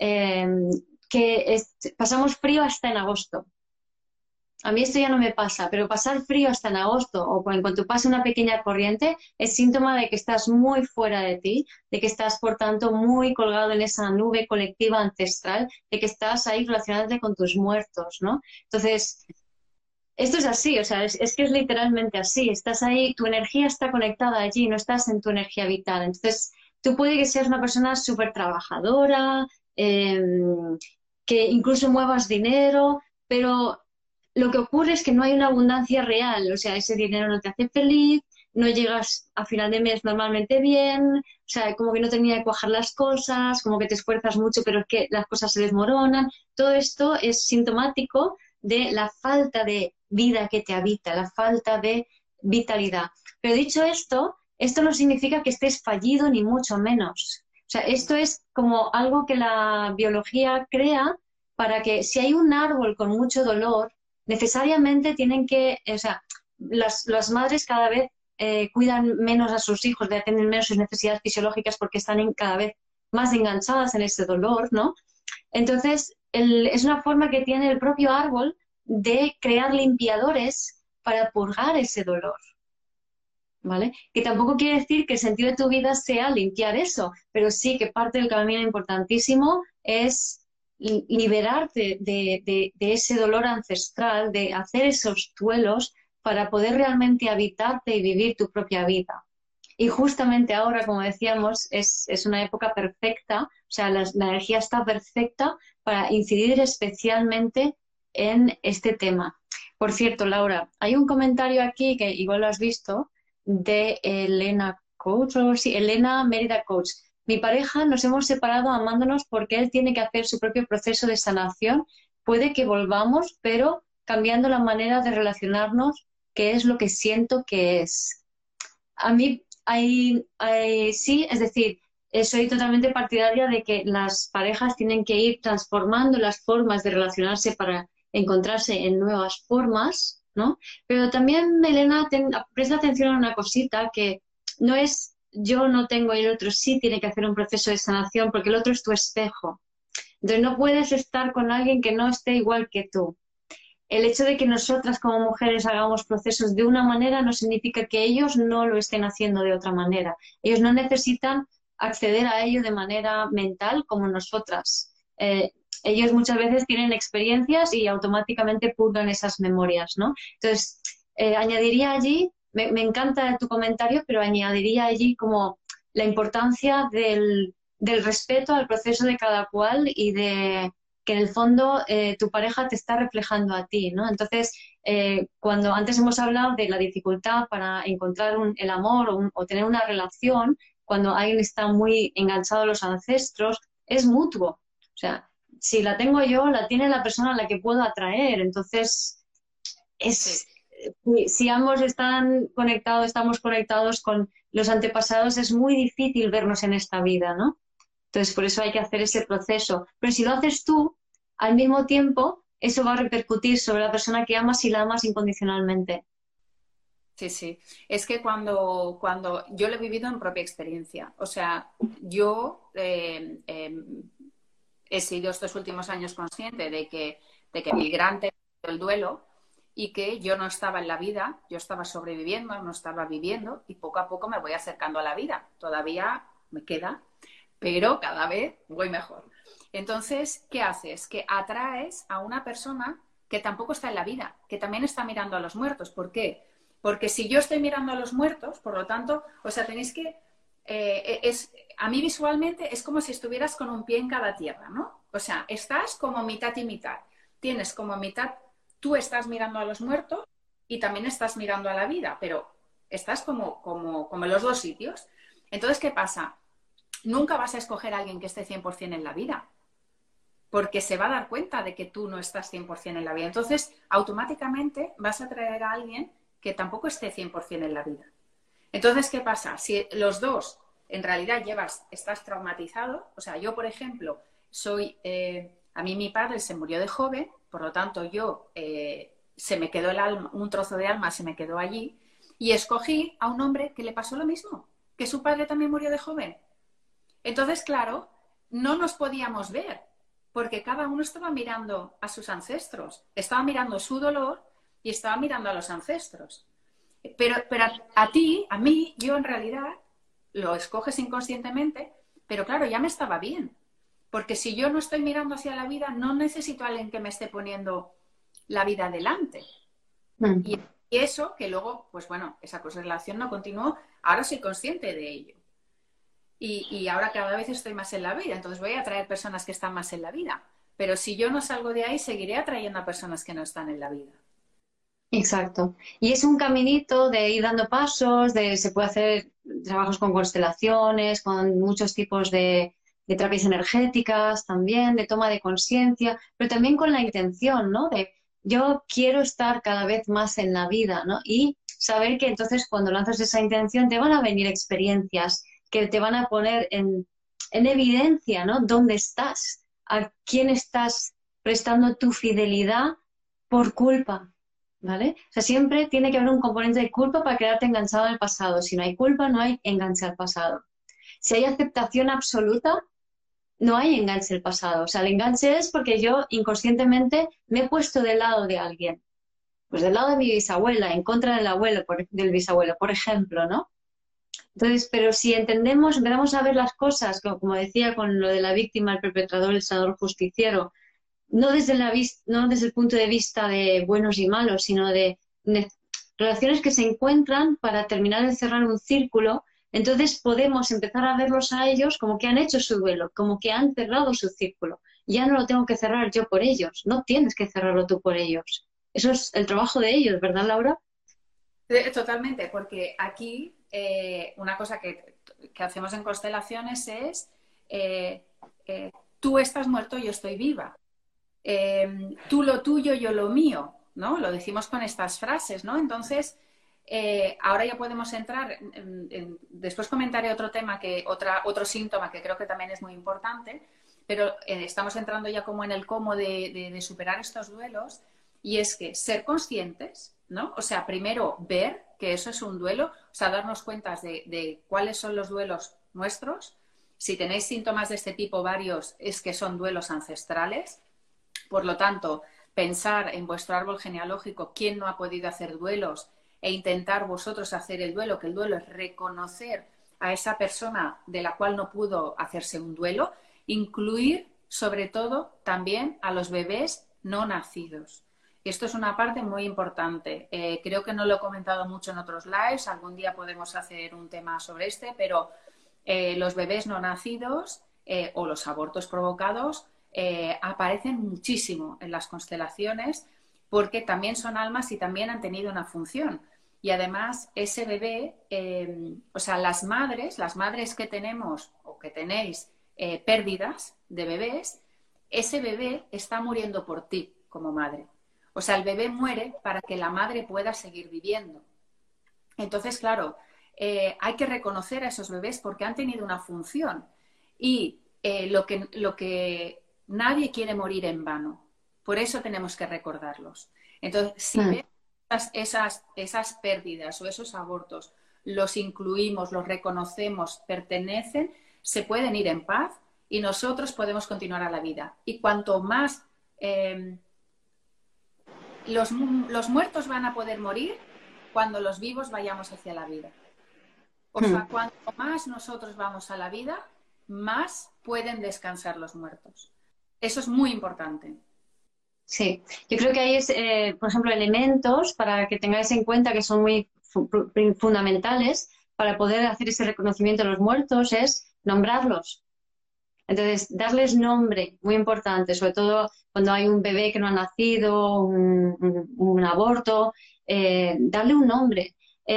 pasamos frío hasta en agosto. A mí esto ya no me pasa, pero pasar frío hasta en agosto o en cuanto pase una pequeña corriente es síntoma de que estás muy fuera de ti, de que estás, por tanto, muy colgado en esa nube colectiva ancestral, de que estás ahí relacionándote con tus muertos, ¿no? Entonces, esto es así, o sea, es que es literalmente así. Estás ahí, tu energía está conectada allí, no estás en tu energía vital. Entonces, tú puedes que seas una persona súper trabajadora, que incluso muevas dinero, pero lo que ocurre es que no hay una abundancia real, o sea, ese dinero no te hace feliz, no llegas a final de mes normalmente bien, o sea, como que no termina de cuajar las cosas, como que te esfuerzas mucho, pero es que las cosas se desmoronan. Todo esto es sintomático de la falta de vida que te habita, la falta de vitalidad. Pero dicho esto, esto no significa que estés fallido ni mucho menos. O sea, esto es como algo que la biología crea para que si hay un árbol con mucho dolor, necesariamente tienen que, o sea, las madres cada vez cuidan menos a sus hijos, de atender menos sus necesidades fisiológicas porque están cada vez más enganchadas en ese dolor, ¿no? Entonces, es una forma que tiene el propio árbol de crear limpiadores para purgar ese dolor, ¿vale? Que tampoco quiere decir que el sentido de tu vida sea limpiar eso, pero sí que parte del camino importantísimo es liberarte de ese dolor ancestral, de hacer esos duelos para poder realmente habitarte y vivir tu propia vida. Y justamente ahora, como decíamos, es una época perfecta, o sea, la energía está perfecta para incidir especialmente en este tema. Por cierto, Laura, hay un comentario aquí que igual lo has visto de Elena Coach o algo así, Elena Mérida Coach. Mi pareja nos hemos separado amándonos porque él tiene que hacer su propio proceso de sanación. Puede que volvamos, pero cambiando la manera de relacionarnos, que es lo que siento que es. A mí sí, es decir, soy totalmente partidaria de que las parejas tienen que ir transformando las formas de relacionarse para encontrarse en nuevas formas, ¿no? Pero también, Elena, presta atención a una cosita que no es yo no tengo y el otro sí tiene que hacer un proceso de sanación porque el otro es tu espejo. Entonces no puedes estar con alguien que no esté igual que tú. El hecho de que nosotras como mujeres hagamos procesos de una manera no significa que ellos no lo estén haciendo de otra manera. Ellos no necesitan acceder a ello de manera mental como nosotras. Ellos muchas veces tienen experiencias y automáticamente purgan esas memorias, ¿no? Entonces, añadiría allí, me encanta tu comentario, pero añadiría allí como la importancia del respeto al proceso de cada cual y de que en el fondo tu pareja te está reflejando a ti, ¿no? Entonces, cuando antes hemos hablado de la dificultad para encontrar el amor o tener una relación, cuando alguien está muy enganchado a los ancestros, es mutuo. O sea, si la tengo yo, la tiene la persona a la que puedo atraer. Entonces, si ambos están conectados, estamos conectados con los antepasados, es muy difícil vernos en esta vida, ¿no? Entonces, por eso hay que hacer ese proceso. Pero si lo haces tú, al mismo tiempo, eso va a repercutir sobre la persona que amas y la amas incondicionalmente. Sí, sí. Es que cuando yo lo he vivido en propia experiencia. O sea, yo he sido estos últimos años consciente de que mi gran tema era el duelo y que yo no estaba en la vida, yo estaba sobreviviendo, no estaba viviendo y poco a poco me voy acercando a la vida. Todavía me queda, pero cada vez voy mejor. Entonces, ¿qué haces? Que atraes a una persona que tampoco está en la vida, que también está mirando a los muertos. ¿Por qué? Porque si yo estoy mirando a los muertos, por lo tanto, o sea, tenéis que... a mí visualmente es como si estuvieras con un pie en cada tierra, ¿no? O sea, estás como mitad y mitad. Tienes como mitad, tú estás mirando a los muertos y también estás mirando a la vida, pero estás como en los dos sitios. Entonces, ¿qué pasa? Nunca vas a escoger a alguien que esté 100% en la vida, porque se va a dar cuenta de que tú no estás 100% en la vida. Entonces, automáticamente vas a traer a alguien que tampoco esté 100% en la vida. Entonces, ¿qué pasa? Si los dos en realidad estás traumatizado, o sea, yo, por ejemplo, a mí mi padre se murió de joven, por lo tanto, se me quedó el alma, un trozo de alma se me quedó allí, y escogí a un hombre que le pasó lo mismo, que su padre también murió de joven. Entonces, claro, no nos podíamos ver, porque cada uno estaba mirando a sus ancestros, estaba mirando su dolor y estaba mirando a los ancestros. Pero a mí, yo en realidad lo escoges inconscientemente, pero claro, ya me estaba bien. Porque si yo no estoy mirando hacia la vida, no necesito a alguien que me esté poniendo la vida delante. Y eso, que luego, pues bueno, esa relación no continuó, ahora soy consciente de ello. Y ahora cada vez estoy más en la vida, entonces voy a atraer personas que están más en la vida. Pero si yo no salgo de ahí, seguiré atrayendo a personas que no están en la vida. Exacto. Y es un caminito de ir dando pasos, se puede hacer trabajos con constelaciones, con muchos tipos de terapias energéticas también, de toma de conciencia, pero también con la intención, ¿no? De yo quiero estar cada vez más en la vida, ¿no? Y saber que entonces cuando lanzas esa intención te van a venir experiencias que te van a poner en evidencia, ¿no? ¿Dónde estás? ¿A quién estás prestando tu fidelidad por culpa? ¿Vale? O sea, siempre tiene que haber un componente de culpa para quedarte enganchado en el pasado. Si no hay culpa, no hay enganche al pasado. Si hay aceptación absoluta, no hay enganche al pasado. O sea, el enganche es porque yo inconscientemente me he puesto del lado de alguien. Pues del lado de mi bisabuela, en contra del abuelo, del bisabuelo, por ejemplo, ¿no? Entonces, pero si empezamos a ver las cosas, como decía con lo de la víctima, el perpetrador, el sanador justiciero, no desde el punto de vista de buenos y malos, sino de relaciones que se encuentran para terminar de cerrar un círculo, entonces podemos empezar a verlos a ellos como que han hecho su duelo, como que han cerrado su círculo. Ya no lo tengo que cerrar yo por ellos, no tienes que cerrarlo tú por ellos. eso es el trabajo de ellos, ¿verdad, Laura? Totalmente, porque aquí una cosa que hacemos en constelaciones es tú estás muerto, yo estoy viva. Tú lo tuyo, yo lo mío, ¿no? Lo decimos con estas frases, ¿no? Entonces, ahora ya podemos entrar, después comentaré otro tema, otro síntoma que creo que también es muy importante, pero estamos entrando ya como en el cómo de superar estos duelos, y es que ser conscientes, ¿no? O sea, primero ver que eso es un duelo, o sea, darnos cuenta de cuáles son los duelos nuestros. Si tenéis síntomas de este tipo varios, es que son duelos ancestrales. Por lo tanto, pensar en vuestro árbol genealógico quién no ha podido hacer duelos e intentar vosotros hacer el duelo, que el duelo es reconocer a esa persona de la cual no pudo hacerse un duelo, incluir sobre todo también a los bebés no nacidos. Esto es una parte muy importante. Creo que no lo he comentado mucho en otros lives, algún día podemos hacer un tema sobre este, pero los bebés no nacidos o los abortos provocados aparecen muchísimo en las constelaciones porque también son almas y también han tenido una función. Y además ese bebé, o sea, las madres que tenemos o que tenéis pérdidas de bebés, ese bebé está muriendo por ti como madre. O sea, el bebé muere para que la madre pueda seguir viviendo. Entonces, claro, hay que reconocer a esos bebés porque han tenido una función. Y lo que nadie quiere morir en vano. Por eso tenemos que recordarlos. Entonces, si vemos esas pérdidas o esos abortos, los incluimos, los reconocemos, pertenecen, se pueden ir en paz y nosotros podemos continuar a la vida. Y cuanto más los muertos van a poder morir cuando los vivos vayamos hacia la vida. O sea, cuanto más nosotros vamos a la vida, más pueden descansar los muertos. Eso es muy importante. Sí, yo creo que hay, por ejemplo, elementos para que tengáis en cuenta que son muy fundamentales para poder hacer ese reconocimiento de los muertos, es nombrarlos. Entonces, darles nombre, muy importante, sobre todo cuando hay un bebé que no ha nacido, un aborto, darle un nombre.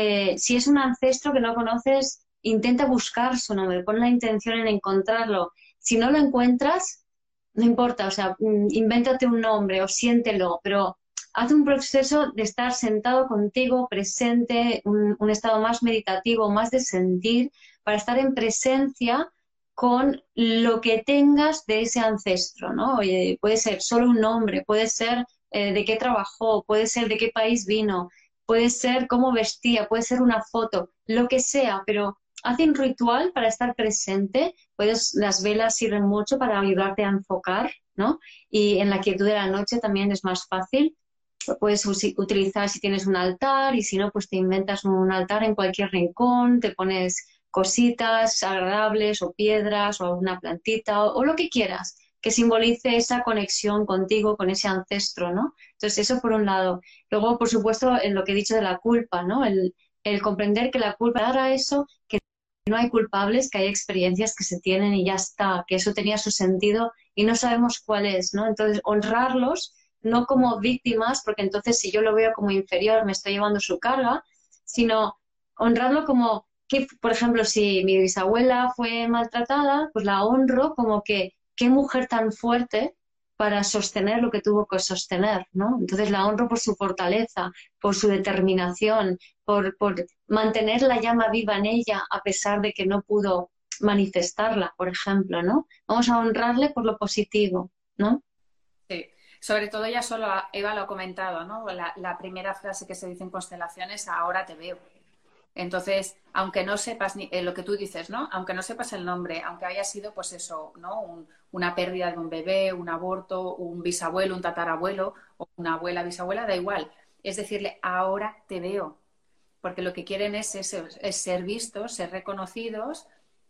Si es un ancestro que no conoces, intenta buscar su nombre, pon la intención en encontrarlo. Si no lo encuentras, no importa, o sea, invéntate un nombre o siéntelo, pero haz un proceso de estar sentado contigo, presente, un estado más meditativo, más de sentir, para estar en presencia con lo que tengas de ese ancestro, ¿no? Oye, puede ser solo un nombre, puede ser de qué trabajó, puede ser de qué país vino, puede ser cómo vestía, puede ser una foto, lo que sea, pero haz un ritual para estar presente. Las velas sirven mucho para ayudarte a enfocar, ¿no? Y en la quietud de la noche también es más fácil. Puedes utilizar si tienes un altar y si no, pues te inventas un altar en cualquier rincón, te pones cositas agradables o piedras o una plantita o lo que quieras que simbolice esa conexión contigo, con ese ancestro, ¿no? Entonces eso por un lado. Luego, por supuesto, en lo que he dicho de la culpa, ¿no? El comprender que la culpa era eso, que no hay culpables, que hay experiencias que se tienen y ya está, que eso tenía su sentido y no sabemos cuál es, ¿no? Entonces, honrarlos no como víctimas, porque entonces si yo lo veo como inferior, me estoy llevando su carga, sino honrarlo como que, por ejemplo, si mi bisabuela fue maltratada, pues la honro como que qué mujer tan fuerte para sostener lo que tuvo que sostener, ¿no? Entonces la honro por su fortaleza, por su determinación, por mantener la llama viva en ella a pesar de que no pudo manifestarla, por ejemplo, ¿no? Vamos a honrarle por lo positivo, ¿no? Sí, sobre todo ya solo Eva lo ha comentado, ¿no? La primera frase que se dice en constelaciones, ahora te veo. Entonces, aunque no sepas lo que tú dices, ¿no? Aunque no sepas el nombre, aunque haya sido, pues eso, ¿no? Una pérdida de un bebé, un aborto, un bisabuelo, un tatarabuelo o una abuela, bisabuela, da igual. Es decirle, ahora te veo. Porque lo que quieren es eso, es ser vistos, ser reconocidos,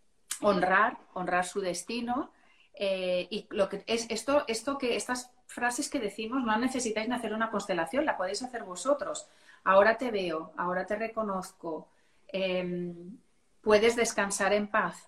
honrar su destino. Y lo que es estas frases que decimos, no necesitáis hacer una constelación, la podéis hacer vosotros. Ahora te veo, ahora te reconozco. Puedes descansar en paz.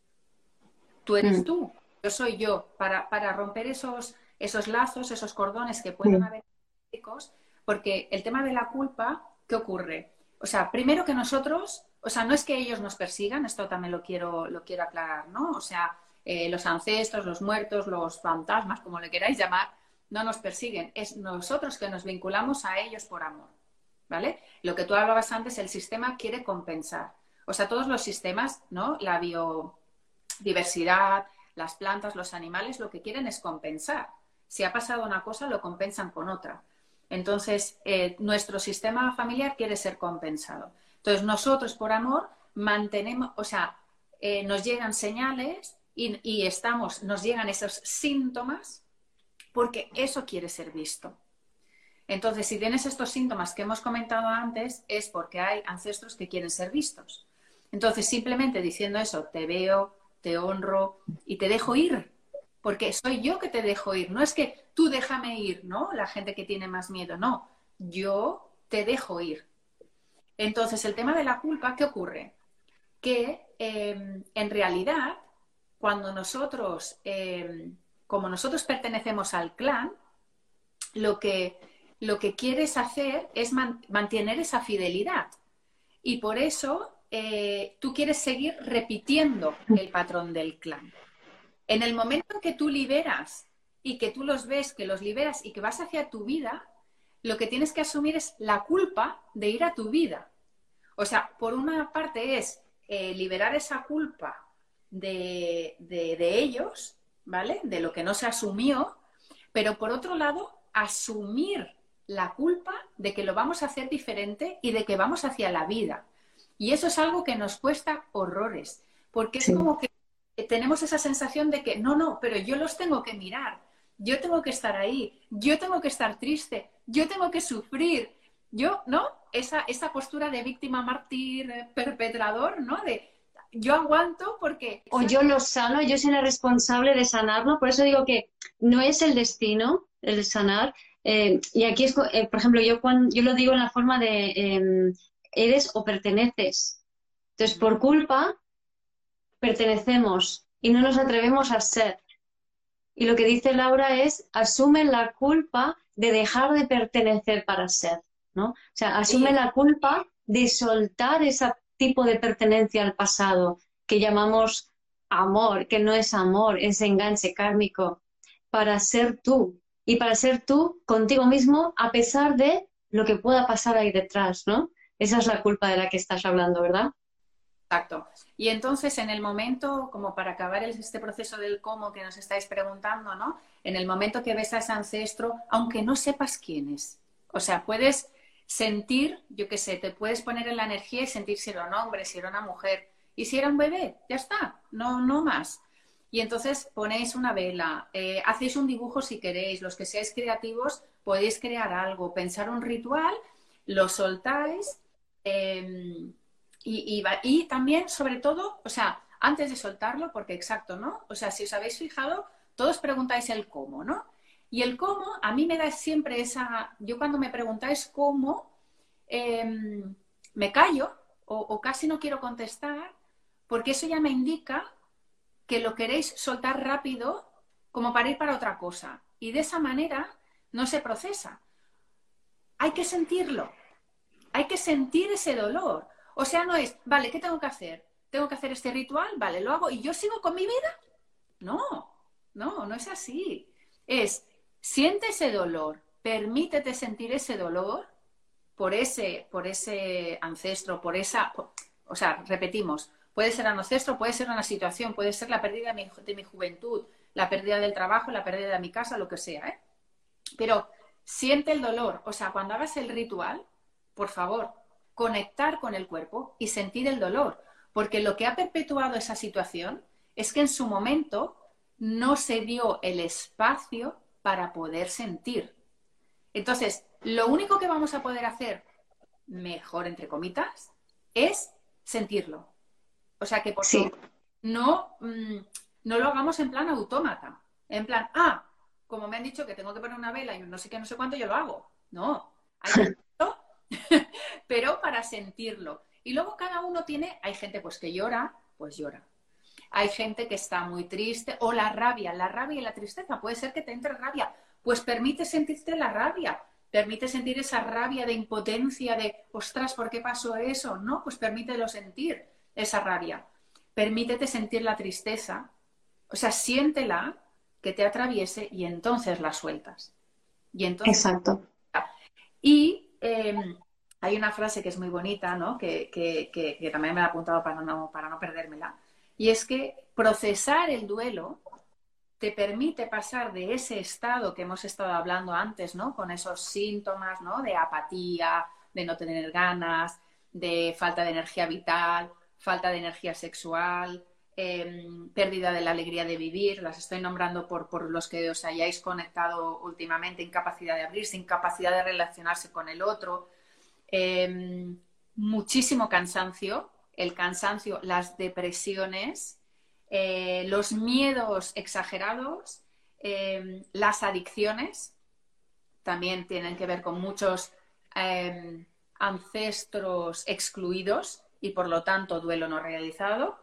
Tú eres tú, yo soy yo. Para romper esos lazos, esos cordones que pueden haber, Porque el tema de la culpa, ¿qué ocurre? O sea, primero que nosotros, o sea, no es que ellos nos persigan, esto también lo quiero aclarar, ¿no? O sea, los ancestros, los muertos, los fantasmas, como le queráis llamar, no nos persiguen. Es nosotros que nos vinculamos a ellos por amor, ¿vale? Lo que tú hablabas antes, el sistema quiere compensar. O sea, todos los sistemas, ¿no? La biodiversidad, las plantas, los animales, lo que quieren es compensar. Si ha pasado una cosa, lo compensan con otra. Entonces, nuestro sistema familiar quiere ser compensado. Entonces, nosotros, por amor, mantenemos, o sea, nos llegan señales y nos llegan esos síntomas porque eso quiere ser visto. Entonces, si tienes estos síntomas que hemos comentado antes, es porque hay ancestros que quieren ser vistos. Entonces, simplemente diciendo eso, te veo, te honro y te dejo ir, porque soy yo que te dejo ir. No es que tú déjame ir, ¿no? La gente que tiene más miedo, no. Yo te dejo ir. Entonces, el tema de la culpa, ¿qué ocurre? Que en realidad, cuando nosotros, como nosotros pertenecemos al clan, lo que quieres hacer es mantener esa fidelidad. Y por eso tú quieres seguir repitiendo el patrón del clan. En el momento en que tú liberas y que tú los ves, que los liberas y que vas hacia tu vida, lo que tienes que asumir es la culpa de ir a tu vida. O sea, por una parte es liberar esa culpa de ellos, ¿vale? De lo que no se asumió, pero por otro lado, asumir la culpa de que lo vamos a hacer diferente y de que vamos hacia la vida. Y eso es algo que nos cuesta horrores, porque es como que tenemos esa sensación de que no, pero yo los tengo que mirar, yo tengo que estar ahí, yo tengo que estar triste, yo tengo que sufrir, yo, ¿no? Esa postura de víctima, mártir, perpetrador, ¿no? De yo aguanto porque... O yo lo sano, yo soy la responsable de sanarlo, por eso digo que no es el destino el sanar. Y aquí es, por ejemplo, yo lo digo en la forma de eres o perteneces. Entonces, por culpa, pertenecemos y no nos atrevemos a ser. Y lo que dice Laura es, asume la culpa de dejar de pertenecer para ser, ¿no? O sea, asume la culpa de soltar ese tipo de pertenencia al pasado, que llamamos amor, que no es amor, es enganche kármico, para ser tú. Y para ser tú contigo mismo, a pesar de lo que pueda pasar ahí detrás, ¿no? Esa es la culpa de la que estás hablando, ¿verdad? Exacto. Y entonces, en el momento, como para acabar este proceso del cómo que nos estáis preguntando, ¿no? En el momento que ves a ese ancestro, aunque no sepas quién es, o sea, puedes sentir, yo qué sé, te puedes poner en la energía y sentir si era un hombre, si era una mujer, y si era un bebé, ya está, no más. Y entonces ponéis una vela, hacéis un dibujo si queréis, los que seáis creativos podéis crear algo, pensar un ritual, lo soltáis. Y también, sobre todo, o sea, antes de soltarlo, porque exacto, ¿no? O sea, si os habéis fijado, todos preguntáis el cómo, ¿no? Y el cómo, a mí me da siempre yo cuando me preguntáis cómo, me callo o casi no quiero contestar, porque eso ya me indica que lo queréis soltar rápido como para ir para otra cosa. Y de esa manera no se procesa. Hay que sentirlo, hay que sentir ese dolor. O sea, no es, vale, ¿qué tengo que hacer? ¿Tengo que hacer este ritual? Vale, lo hago y yo sigo con mi vida. No es así. Es, siente ese dolor, permítete sentir ese dolor por ese ancestro, o sea, repetimos, puede ser un ancestro, puede ser una situación, puede ser la pérdida de mi juventud, la pérdida del trabajo, la pérdida de mi casa, lo que sea, ¿eh? Pero siente el dolor. O sea, cuando hagas el ritual, por favor, conectar con el cuerpo y sentir el dolor, porque lo que ha perpetuado esa situación es que en su momento no se dio el espacio para poder sentir. Entonces, lo único que vamos a poder hacer mejor, entre comitas, es sentirlo. O sea, que por favor, no lo hagamos en plan autómata, en plan, como me han dicho que tengo que poner una vela y no sé qué, no sé cuánto, yo lo hago. No, hay que hacerlo, pero para sentirlo. Y luego cada uno hay gente pues que llora, pues llora. Hay gente que está muy triste, o la rabia y la tristeza, puede ser que te entre rabia, pues permite sentirte la rabia, Permite sentir esa rabia de impotencia, de, ostras, ¿por qué pasó eso? No, pues permítelo sentir, esa rabia. Permítete sentir la tristeza, o sea, siéntela, que te atraviese y entonces la sueltas. Y entonces... Exacto. Y hay una frase que es muy bonita, ¿no? Que también me la he apuntado para no perdérmela, y es que procesar el duelo te permite pasar de ese estado que hemos estado hablando antes, ¿no? Con esos síntomas, ¿no? De apatía, de no tener ganas, de falta de energía vital, falta de energía sexual, pérdida de la alegría de vivir, las estoy nombrando por los que os hayáis conectado últimamente, incapacidad de abrirse, incapacidad de relacionarse con el otro, muchísimo cansancio, el cansancio, las depresiones, los miedos exagerados, las adicciones, también tienen que ver con muchos ancestros excluidos y por lo tanto duelo no realizado.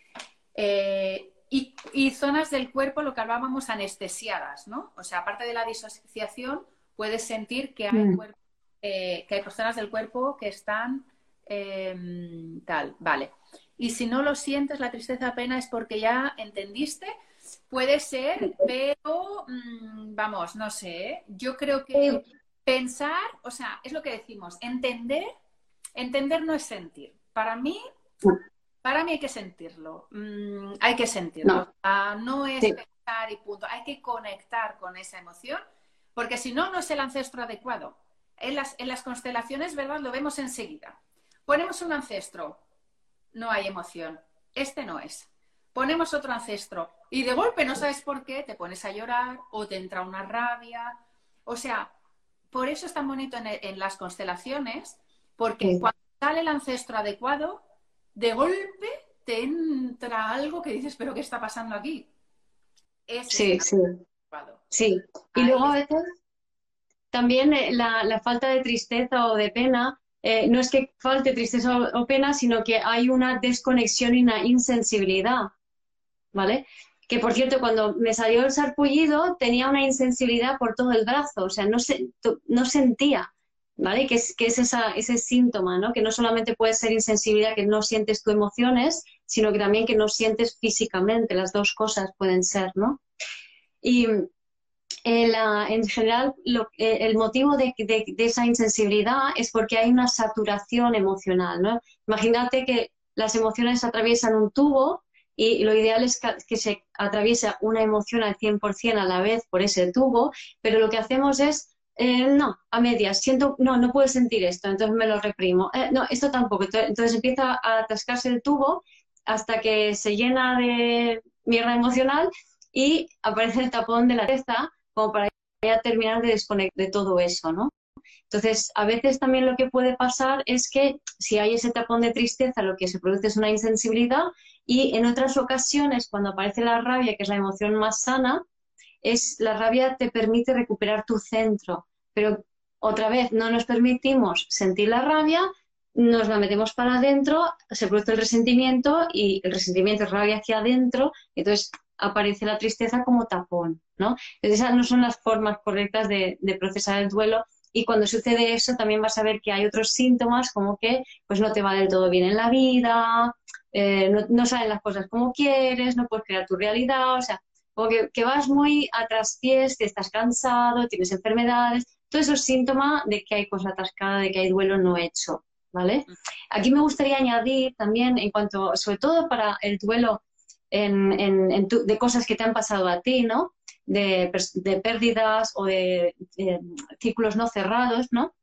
Y zonas del cuerpo, lo que hablábamos, anestesiadas, ¿no? O sea, aparte de la disociación, puedes sentir que hay zonas del cuerpo que están tal, vale. Y si no lo sientes, la tristeza, pena, es porque ya entendiste. Puede ser, pero vamos, no sé, ¿eh? Yo creo que pensar, o sea, es lo que decimos, entender no es sentir. Para mí hay que sentirlo. Hay que sentirlo. No. O sea, no es pensar y punto. Hay que conectar con esa emoción, porque si no, no es el ancestro adecuado. En las constelaciones, ¿verdad? Lo vemos enseguida. Ponemos un ancestro, no hay emoción. Este no es. Ponemos otro ancestro y de golpe no sabes por qué, te pones a llorar o te entra una rabia. O sea, por eso es tan bonito en las constelaciones, porque cuando sale el ancestro adecuado, de golpe te entra algo que dices, ¿pero qué está pasando aquí? Ese es el adecuado. Sí. Y luego a veces también la falta de tristeza o de pena, no es que falte tristeza o pena, sino que hay una desconexión y una insensibilidad, ¿vale? Que, por cierto, cuando me salió el sarpullido tenía una insensibilidad por todo el brazo, o sea, no sentía, ¿vale? Que es ese síntoma, ¿no? Que no solamente puede ser insensibilidad, que no sientes tus emociones, sino que también que no sientes físicamente, las dos cosas pueden ser, ¿no? Y en general, el motivo de esa insensibilidad es porque hay una saturación emocional, ¿no? Imagínate que las emociones atraviesan un tubo y lo ideal es que se atraviesa una emoción al 100% a la vez por ese tubo, pero lo que hacemos es, no, a medias, no puedo sentir esto, entonces me lo reprimo. No, esto tampoco. Entonces empieza a atascarse el tubo hasta que se llena de mierda emocional y aparece el tapón de la tristeza, como para ya terminar de desconectar de todo eso, ¿no? Entonces, a veces también lo que puede pasar es que si hay ese tapón de tristeza, lo que se produce es una insensibilidad, y en otras ocasiones, cuando aparece la rabia, que es la emoción más sana, la rabia te permite recuperar tu centro, pero otra vez no nos permitimos sentir la rabia, nos la metemos para adentro, se produce el resentimiento y el resentimiento es rabia hacia adentro, entonces aparece la tristeza como tapón, ¿no? Entonces esas no son las formas correctas de procesar el duelo, y cuando sucede eso también vas a ver que hay otros síntomas como que pues no te va del todo bien en la vida, no salen las cosas como quieres, no puedes crear tu realidad, o sea, como que vas muy a traspiés, que estás cansado, tienes enfermedades, todo eso es síntoma de que hay cosa atascada, de que hay duelo no hecho, ¿vale? Aquí me gustaría añadir también, en cuanto, sobre todo para el duelo de cosas que te han pasado a ti, ¿no? De pérdidas o de círculos no cerrados, ¿no?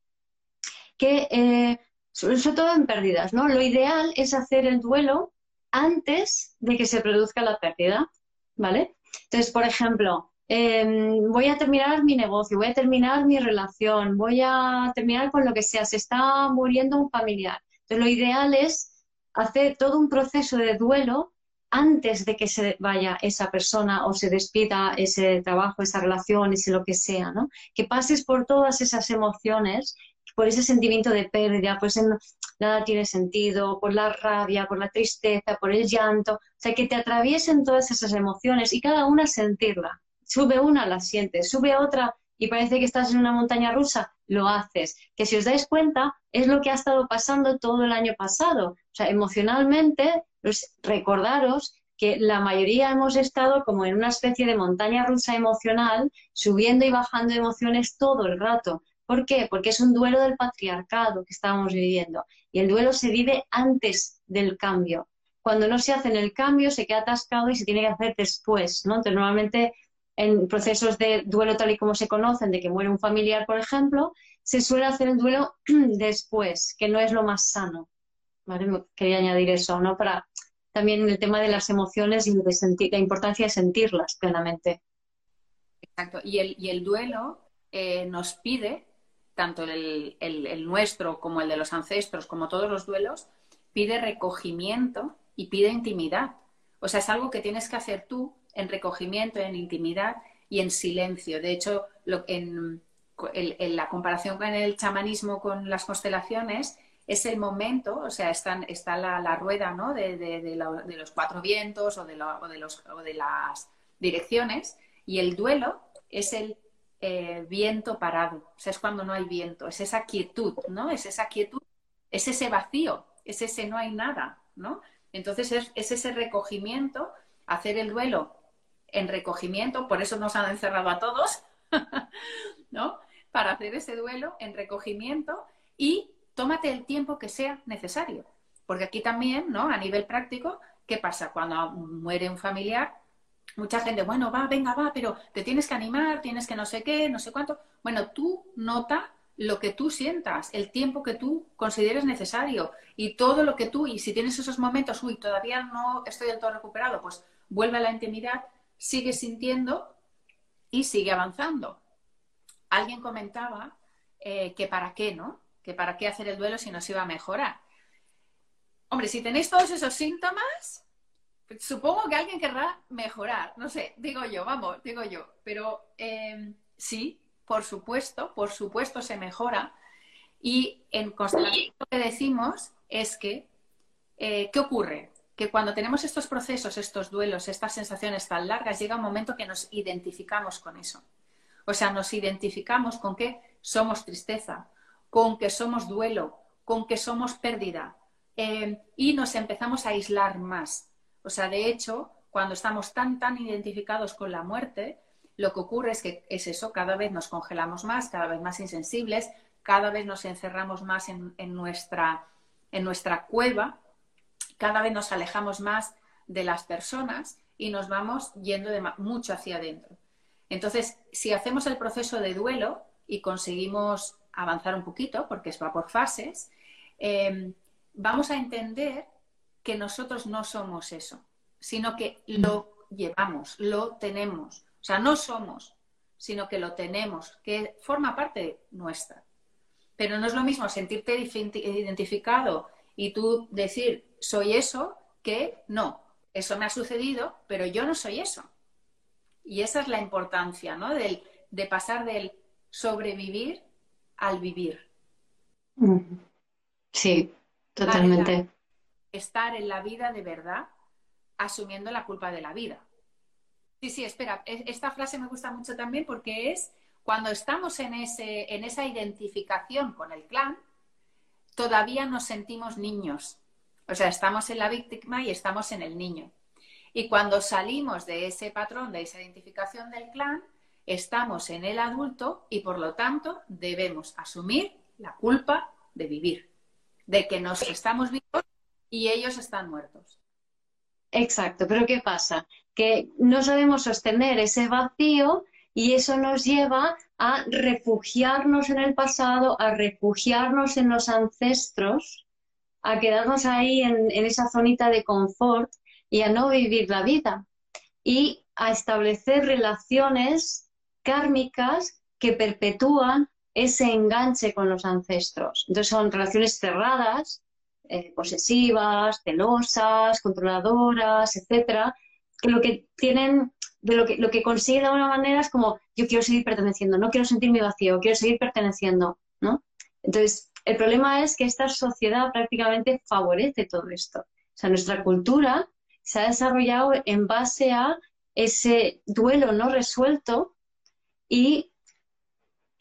Que, sobre todo en pérdidas, ¿no? Lo ideal es hacer el duelo antes de que se produzca la pérdida, ¿vale? Entonces, por ejemplo, voy a terminar mi negocio, voy a terminar mi relación, voy a terminar con lo que sea, se está muriendo un familiar. Entonces, lo ideal es hacer todo un proceso de duelo antes de que se vaya esa persona o se despida ese trabajo, esa relación, ese lo que sea, ¿no? Que pases por todas esas emociones, por ese sentimiento de pérdida, pues nada tiene sentido, por la rabia, por la tristeza, por el llanto, o sea, que te atraviesen todas esas emociones y cada una sentirla. Sube una, la sientes, sube otra y parece que estás en una montaña rusa, lo haces. Que si os dais cuenta, es lo que ha estado pasando todo el año pasado. O sea, emocionalmente, pues, recordaros que la mayoría hemos estado como en una especie de montaña rusa emocional, subiendo y bajando emociones todo el rato. ¿Por qué? Porque es un duelo del patriarcado que estamos viviendo. Y el duelo se vive antes del cambio. Cuando no se hace en el cambio, se queda atascado y se tiene que hacer después, ¿no? Entonces, normalmente en procesos de duelo tal y como se conocen, de que muere un familiar, por ejemplo, se suele hacer el duelo después, que no es lo más sano. ¿Vale? Quería añadir eso, ¿no? Para también el tema de las emociones y de sentir, la importancia de sentirlas plenamente. Exacto. Y el duelo nos pide, tanto el nuestro como el de los ancestros, como todos los duelos, pide recogimiento y pide intimidad. O sea, es algo que tienes que hacer tú en recogimiento, en intimidad y en silencio. De hecho, en la comparación con el chamanismo, con las constelaciones, es el momento, o sea, está la rueda, ¿no? de los cuatro vientos o de las direcciones, y el duelo es el viento parado, o sea, es cuando no hay viento, es esa quietud, ¿no? Es esa quietud, es ese vacío, es ese no hay nada, ¿no? Entonces es ese recogimiento, hacer el duelo en recogimiento, por eso nos han encerrado a todos, ¿no? Para hacer ese duelo en recogimiento y tómate el tiempo que sea necesario. Porque aquí también, ¿no? A nivel práctico, ¿qué pasa? Cuando muere un familiar, mucha gente, bueno, va, venga, va, pero te tienes que animar, tienes que no sé qué, no sé cuánto. Bueno, tú nota lo que tú sientas, el tiempo que tú consideres necesario y todo lo que tú, y si tienes esos momentos, uy, todavía no estoy del todo recuperado, pues vuelve a la intimidad, sigue sintiendo y sigue avanzando. Alguien comentaba que para qué, ¿no? Que para qué hacer el duelo si nos iba a mejorar. Hombre, si tenéis todos esos síntomas, supongo que alguien querrá mejorar. No sé, digo yo, vamos, digo yo. Pero sí, por supuesto se mejora. Y en constelación lo que decimos es que, ¿qué ocurre? Que cuando tenemos estos procesos, estos duelos, estas sensaciones tan largas, llega un momento que nos identificamos con eso. O sea, nos identificamos con que somos tristeza, con que somos duelo, con que somos pérdida, y nos empezamos a aislar más. O sea, de hecho, cuando estamos tan identificados con la muerte, lo que ocurre es que es eso, cada vez nos congelamos más, cada vez más insensibles, cada vez nos encerramos más en nuestra cueva, cada vez nos alejamos más de las personas y nos vamos yendo mucho hacia adentro. Entonces, si hacemos el proceso de duelo y conseguimos avanzar un poquito, porque va por fases, vamos a entender que nosotros no somos eso, sino que lo llevamos, lo tenemos. O sea, no somos, sino que lo tenemos, que forma parte nuestra. Pero no es lo mismo sentirte identificado y tú decir, soy eso, que no, eso me ha sucedido, pero yo no soy eso. Y esa es la importancia, ¿no? De pasar del sobrevivir al vivir. Sí, totalmente. Estar en la vida de verdad, asumiendo la culpa de la vida. Sí, espera, esta frase me gusta mucho también porque es cuando estamos en esa identificación con el clan, todavía nos sentimos niños. O sea, estamos en la víctima y estamos en el niño. Y cuando salimos de ese patrón, de esa identificación del clan, estamos en el adulto y por lo tanto debemos asumir la culpa de vivir, de que nos estamos vivos y ellos están muertos. Exacto, pero ¿qué pasa? Que no sabemos sostener ese vacío y eso nos lleva a refugiarnos en el pasado, a refugiarnos en los ancestros, a quedarnos ahí en esa zonita de confort y a no vivir la vida y a establecer relaciones kármicas que perpetúan ese enganche con los ancestros. Entonces son relaciones cerradas, posesivas, celosas, controladoras, etcétera, que lo que tienen, lo que consiguen de alguna manera es como yo quiero seguir perteneciendo, no quiero sentirme vacío, quiero seguir perteneciendo, ¿no? Entonces, el problema es que esta sociedad prácticamente favorece todo esto. O sea, nuestra cultura se ha desarrollado en base a ese duelo no resuelto y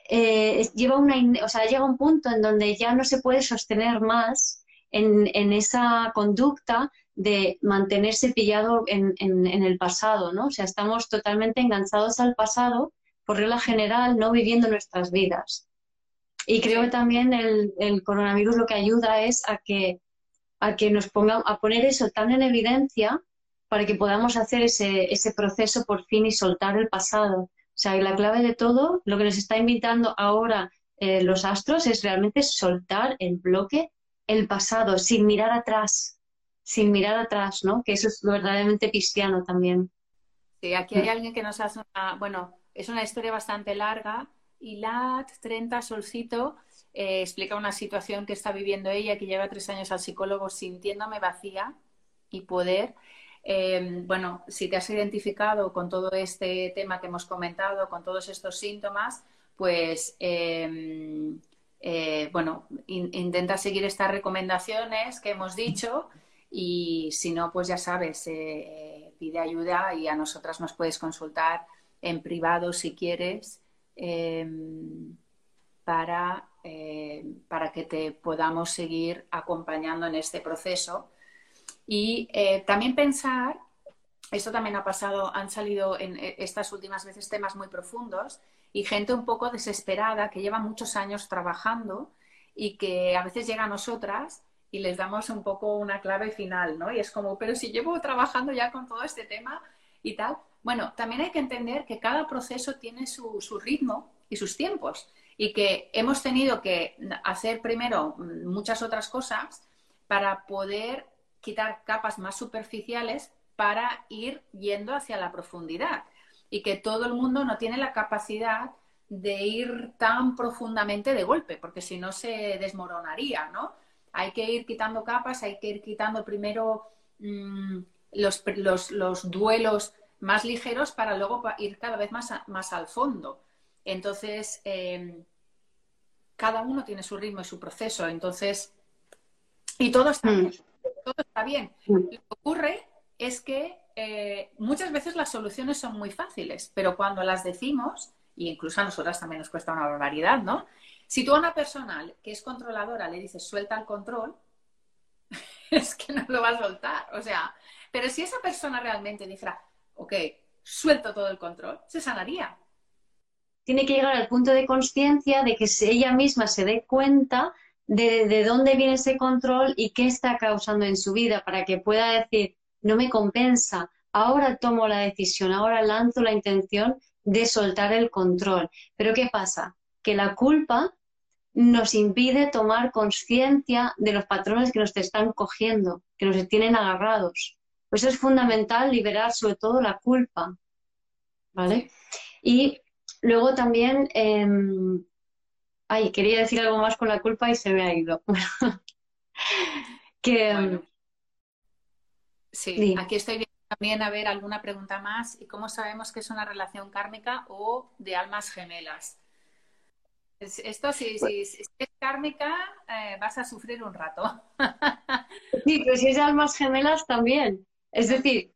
o sea, llega un punto en donde ya no se puede sostener más en esa conducta de mantenerse pillado en el pasado, ¿no? O sea, estamos totalmente enganchados al pasado, por regla general, no viviendo nuestras vidas. Y creo que Sí. también el coronavirus lo que ayuda es a que nos ponga a poner eso tan en evidencia para que podamos hacer ese proceso por fin y soltar el pasado. O sea, y la clave de todo, lo que nos está invitando ahora los astros es realmente soltar en bloque el pasado, sin Sí. mirar atrás, ¿no? Que eso es lo verdaderamente cristiano también. Sí, aquí hay Mm. alguien que nos hace una, bueno, es una historia bastante larga y Lat 30 Solcito explica una situación que está viviendo ella, que lleva 3 años al psicólogo sintiéndome vacía y poder. Bueno, si te has identificado con todo este tema que hemos comentado, con todos estos síntomas, pues bueno, intenta seguir estas recomendaciones que hemos dicho y si no, pues ya sabes, pide ayuda y a nosotras nos puedes consultar en privado si quieres eh, para que te podamos seguir acompañando en este proceso. Y también pensar, esto también ha pasado, han salido en estas últimas veces temas muy profundos y gente un poco desesperada que lleva muchos años trabajando y que a veces llega a nosotras y les damos un poco una clave final, ¿no? Y es como, pero si llevo trabajando ya con todo este tema y tal. Bueno, también hay que entender que cada proceso tiene su ritmo y sus tiempos y que hemos tenido que hacer primero muchas otras cosas para poder quitar capas más superficiales para ir yendo hacia la profundidad y que todo el mundo no tiene la capacidad de ir tan profundamente de golpe, porque si no se desmoronaría, ¿no? Hay que ir quitando capas, hay que ir quitando primero los duelos más ligeros para luego ir cada vez más al fondo. Entonces, cada uno tiene su ritmo y su proceso, entonces, y todo está Mm, bien, todo está bien. mm. Lo que ocurre es que muchas veces las soluciones son muy fáciles, pero cuando las decimos, e incluso a nosotras también nos cuesta una barbaridad, ¿no? Si tú a una persona que es controladora le dices suelta el control, es que no lo va a soltar. O sea, pero si esa persona realmente dijera, ok, suelto todo el control, se sanaría. Tiene que llegar al punto de conciencia de que ella misma se dé cuenta de dónde viene ese control y qué está causando en su vida para que pueda decir, no me compensa, ahora tomo la decisión, ahora lanzo la intención de soltar el control. Pero ¿qué pasa? Que la culpa nos impide tomar conciencia de los patrones que nos están cogiendo, que nos tienen agarrados. Por eso es fundamental liberar sobre todo la culpa, ¿vale? Sí. Y luego también, ay, quería decir algo más con la culpa y se me ha ido. Que, Bueno, sí, di, aquí estoy viendo también a ver alguna pregunta más. ¿Y cómo sabemos que es una relación kármica o de almas gemelas? Esto, si es kármica, vas a sufrir un rato. sí, pero si es de almas gemelas también. Es decir,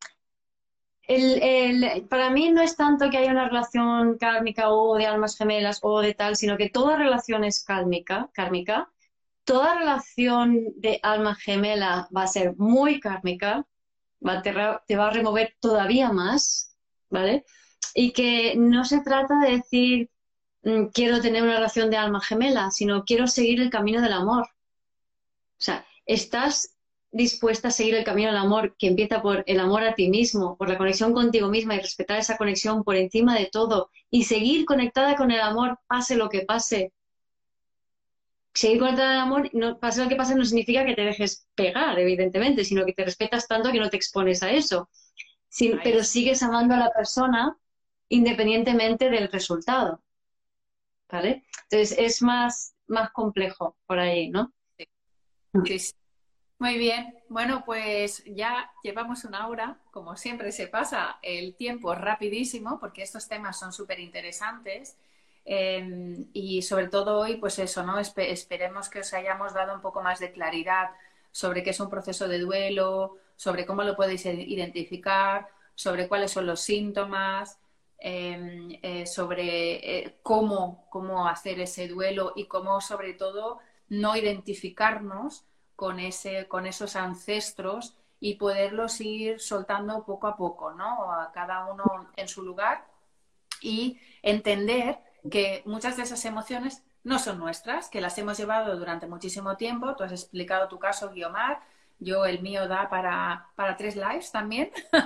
para mí no es tanto que haya una relación kármica o de almas gemelas o de tal, sino que toda relación es kármica. Toda relación de alma gemela va a ser muy kármica, te va a remover todavía más, ¿vale? Y que no se trata de decir quiero tener una relación de alma gemela, sino quiero seguir el camino del amor. O sea, estás dispuesta a seguir el camino del amor que empieza por el amor a ti mismo, por la conexión contigo misma y respetar esa conexión por encima de todo y seguir conectada con el amor, pase lo que pase. Seguir conectada al amor, no, pase lo que pase, no significa que te dejes pegar, evidentemente, sino que te respetas tanto que no te expones a eso. Ahí Pero es. sigues amando a la persona independientemente del resultado, ¿vale? Entonces es más complejo por ahí, ¿no? Sí, sí. Muy bien. Bueno, pues ya llevamos una hora. Como siempre se pasa el tiempo rapidísimo porque estos temas son súper interesantes. Y sobre todo hoy, pues eso, ¿no? Esperemos que os hayamos dado un poco más de claridad sobre qué es un proceso de duelo, sobre cómo lo podéis identificar, sobre cuáles son los síntomas, sobre cómo hacer ese duelo y cómo, sobre todo, no identificarnos con esos ancestros y poderlos ir soltando poco a poco, ¿no? A cada uno en su lugar y entender que muchas de esas emociones no son nuestras, que las hemos llevado durante muchísimo tiempo. Tú has explicado tu caso, Guiomar. Yo, el mío da para 3 lives también,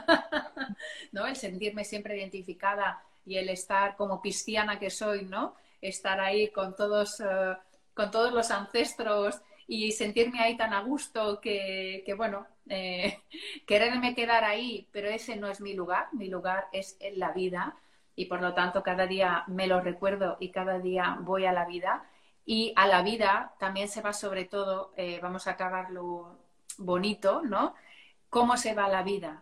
¿no? El sentirme siempre identificada y el estar como pisciana que soy, ¿no? Estar ahí con todos los ancestros y sentirme ahí tan a gusto que bueno, quererme quedar ahí, pero ese no es mi lugar es en la vida y por lo tanto cada día me lo recuerdo y cada día voy a la vida y a la vida también se va sobre todo, vamos a acabarlo bonito, ¿no? ¿Cómo se va la vida?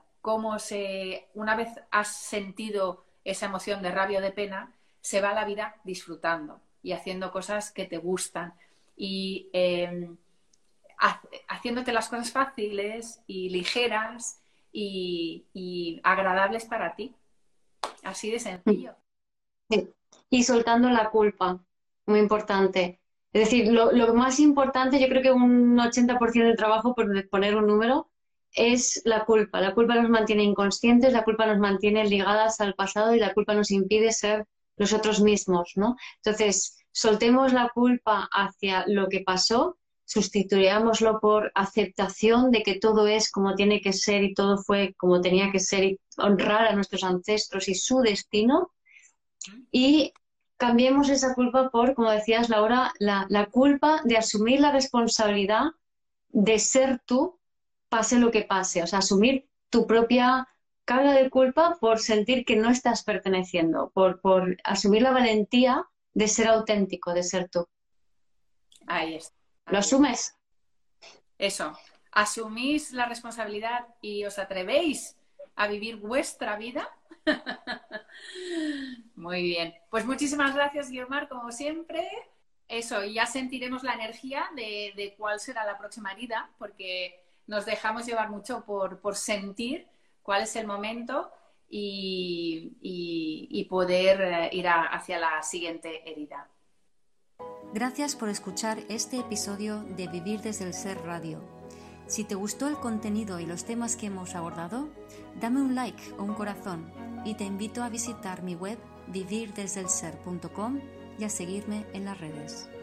Una vez has sentido esa emoción de rabia o de pena, se va la vida disfrutando y haciendo cosas que te gustan y haciéndote las cosas fáciles y ligeras y agradables para ti. Así de sencillo. Sí. Y soltando la culpa, muy importante. Es decir, lo más importante, yo creo que un 80% del trabajo, por poner un número, es la culpa. La culpa nos mantiene inconscientes, la culpa nos mantiene ligadas al pasado y la culpa nos impide ser nosotros mismos, ¿no? Entonces, soltemos la culpa hacia lo que pasó, sustituyámoslo por aceptación de que todo es como tiene que ser y todo fue como tenía que ser y honrar a nuestros ancestros y su destino y cambiemos esa culpa por, como decías Laura, la culpa de asumir la responsabilidad de ser tú, pase lo que pase, o sea, asumir tu propia carga de culpa por sentir que no estás perteneciendo, por asumir la valentía de ser auténtico, de ser tú. Ahí está. ¿Lo asumes? Eso. ¿Asumís la responsabilidad y os atrevéis a vivir vuestra vida? Muy bien. Pues muchísimas gracias, Guiomar, como siempre. Eso, y ya sentiremos la energía de cuál será la próxima herida, porque nos dejamos llevar mucho por sentir cuál es el momento y poder ir hacia la siguiente herida. Gracias por escuchar este episodio de Vivir desde el Ser Radio. Si te gustó el contenido y los temas que hemos abordado, dame un like o un corazón y te invito a visitar mi web vivirdesdelser.com y a seguirme en las redes.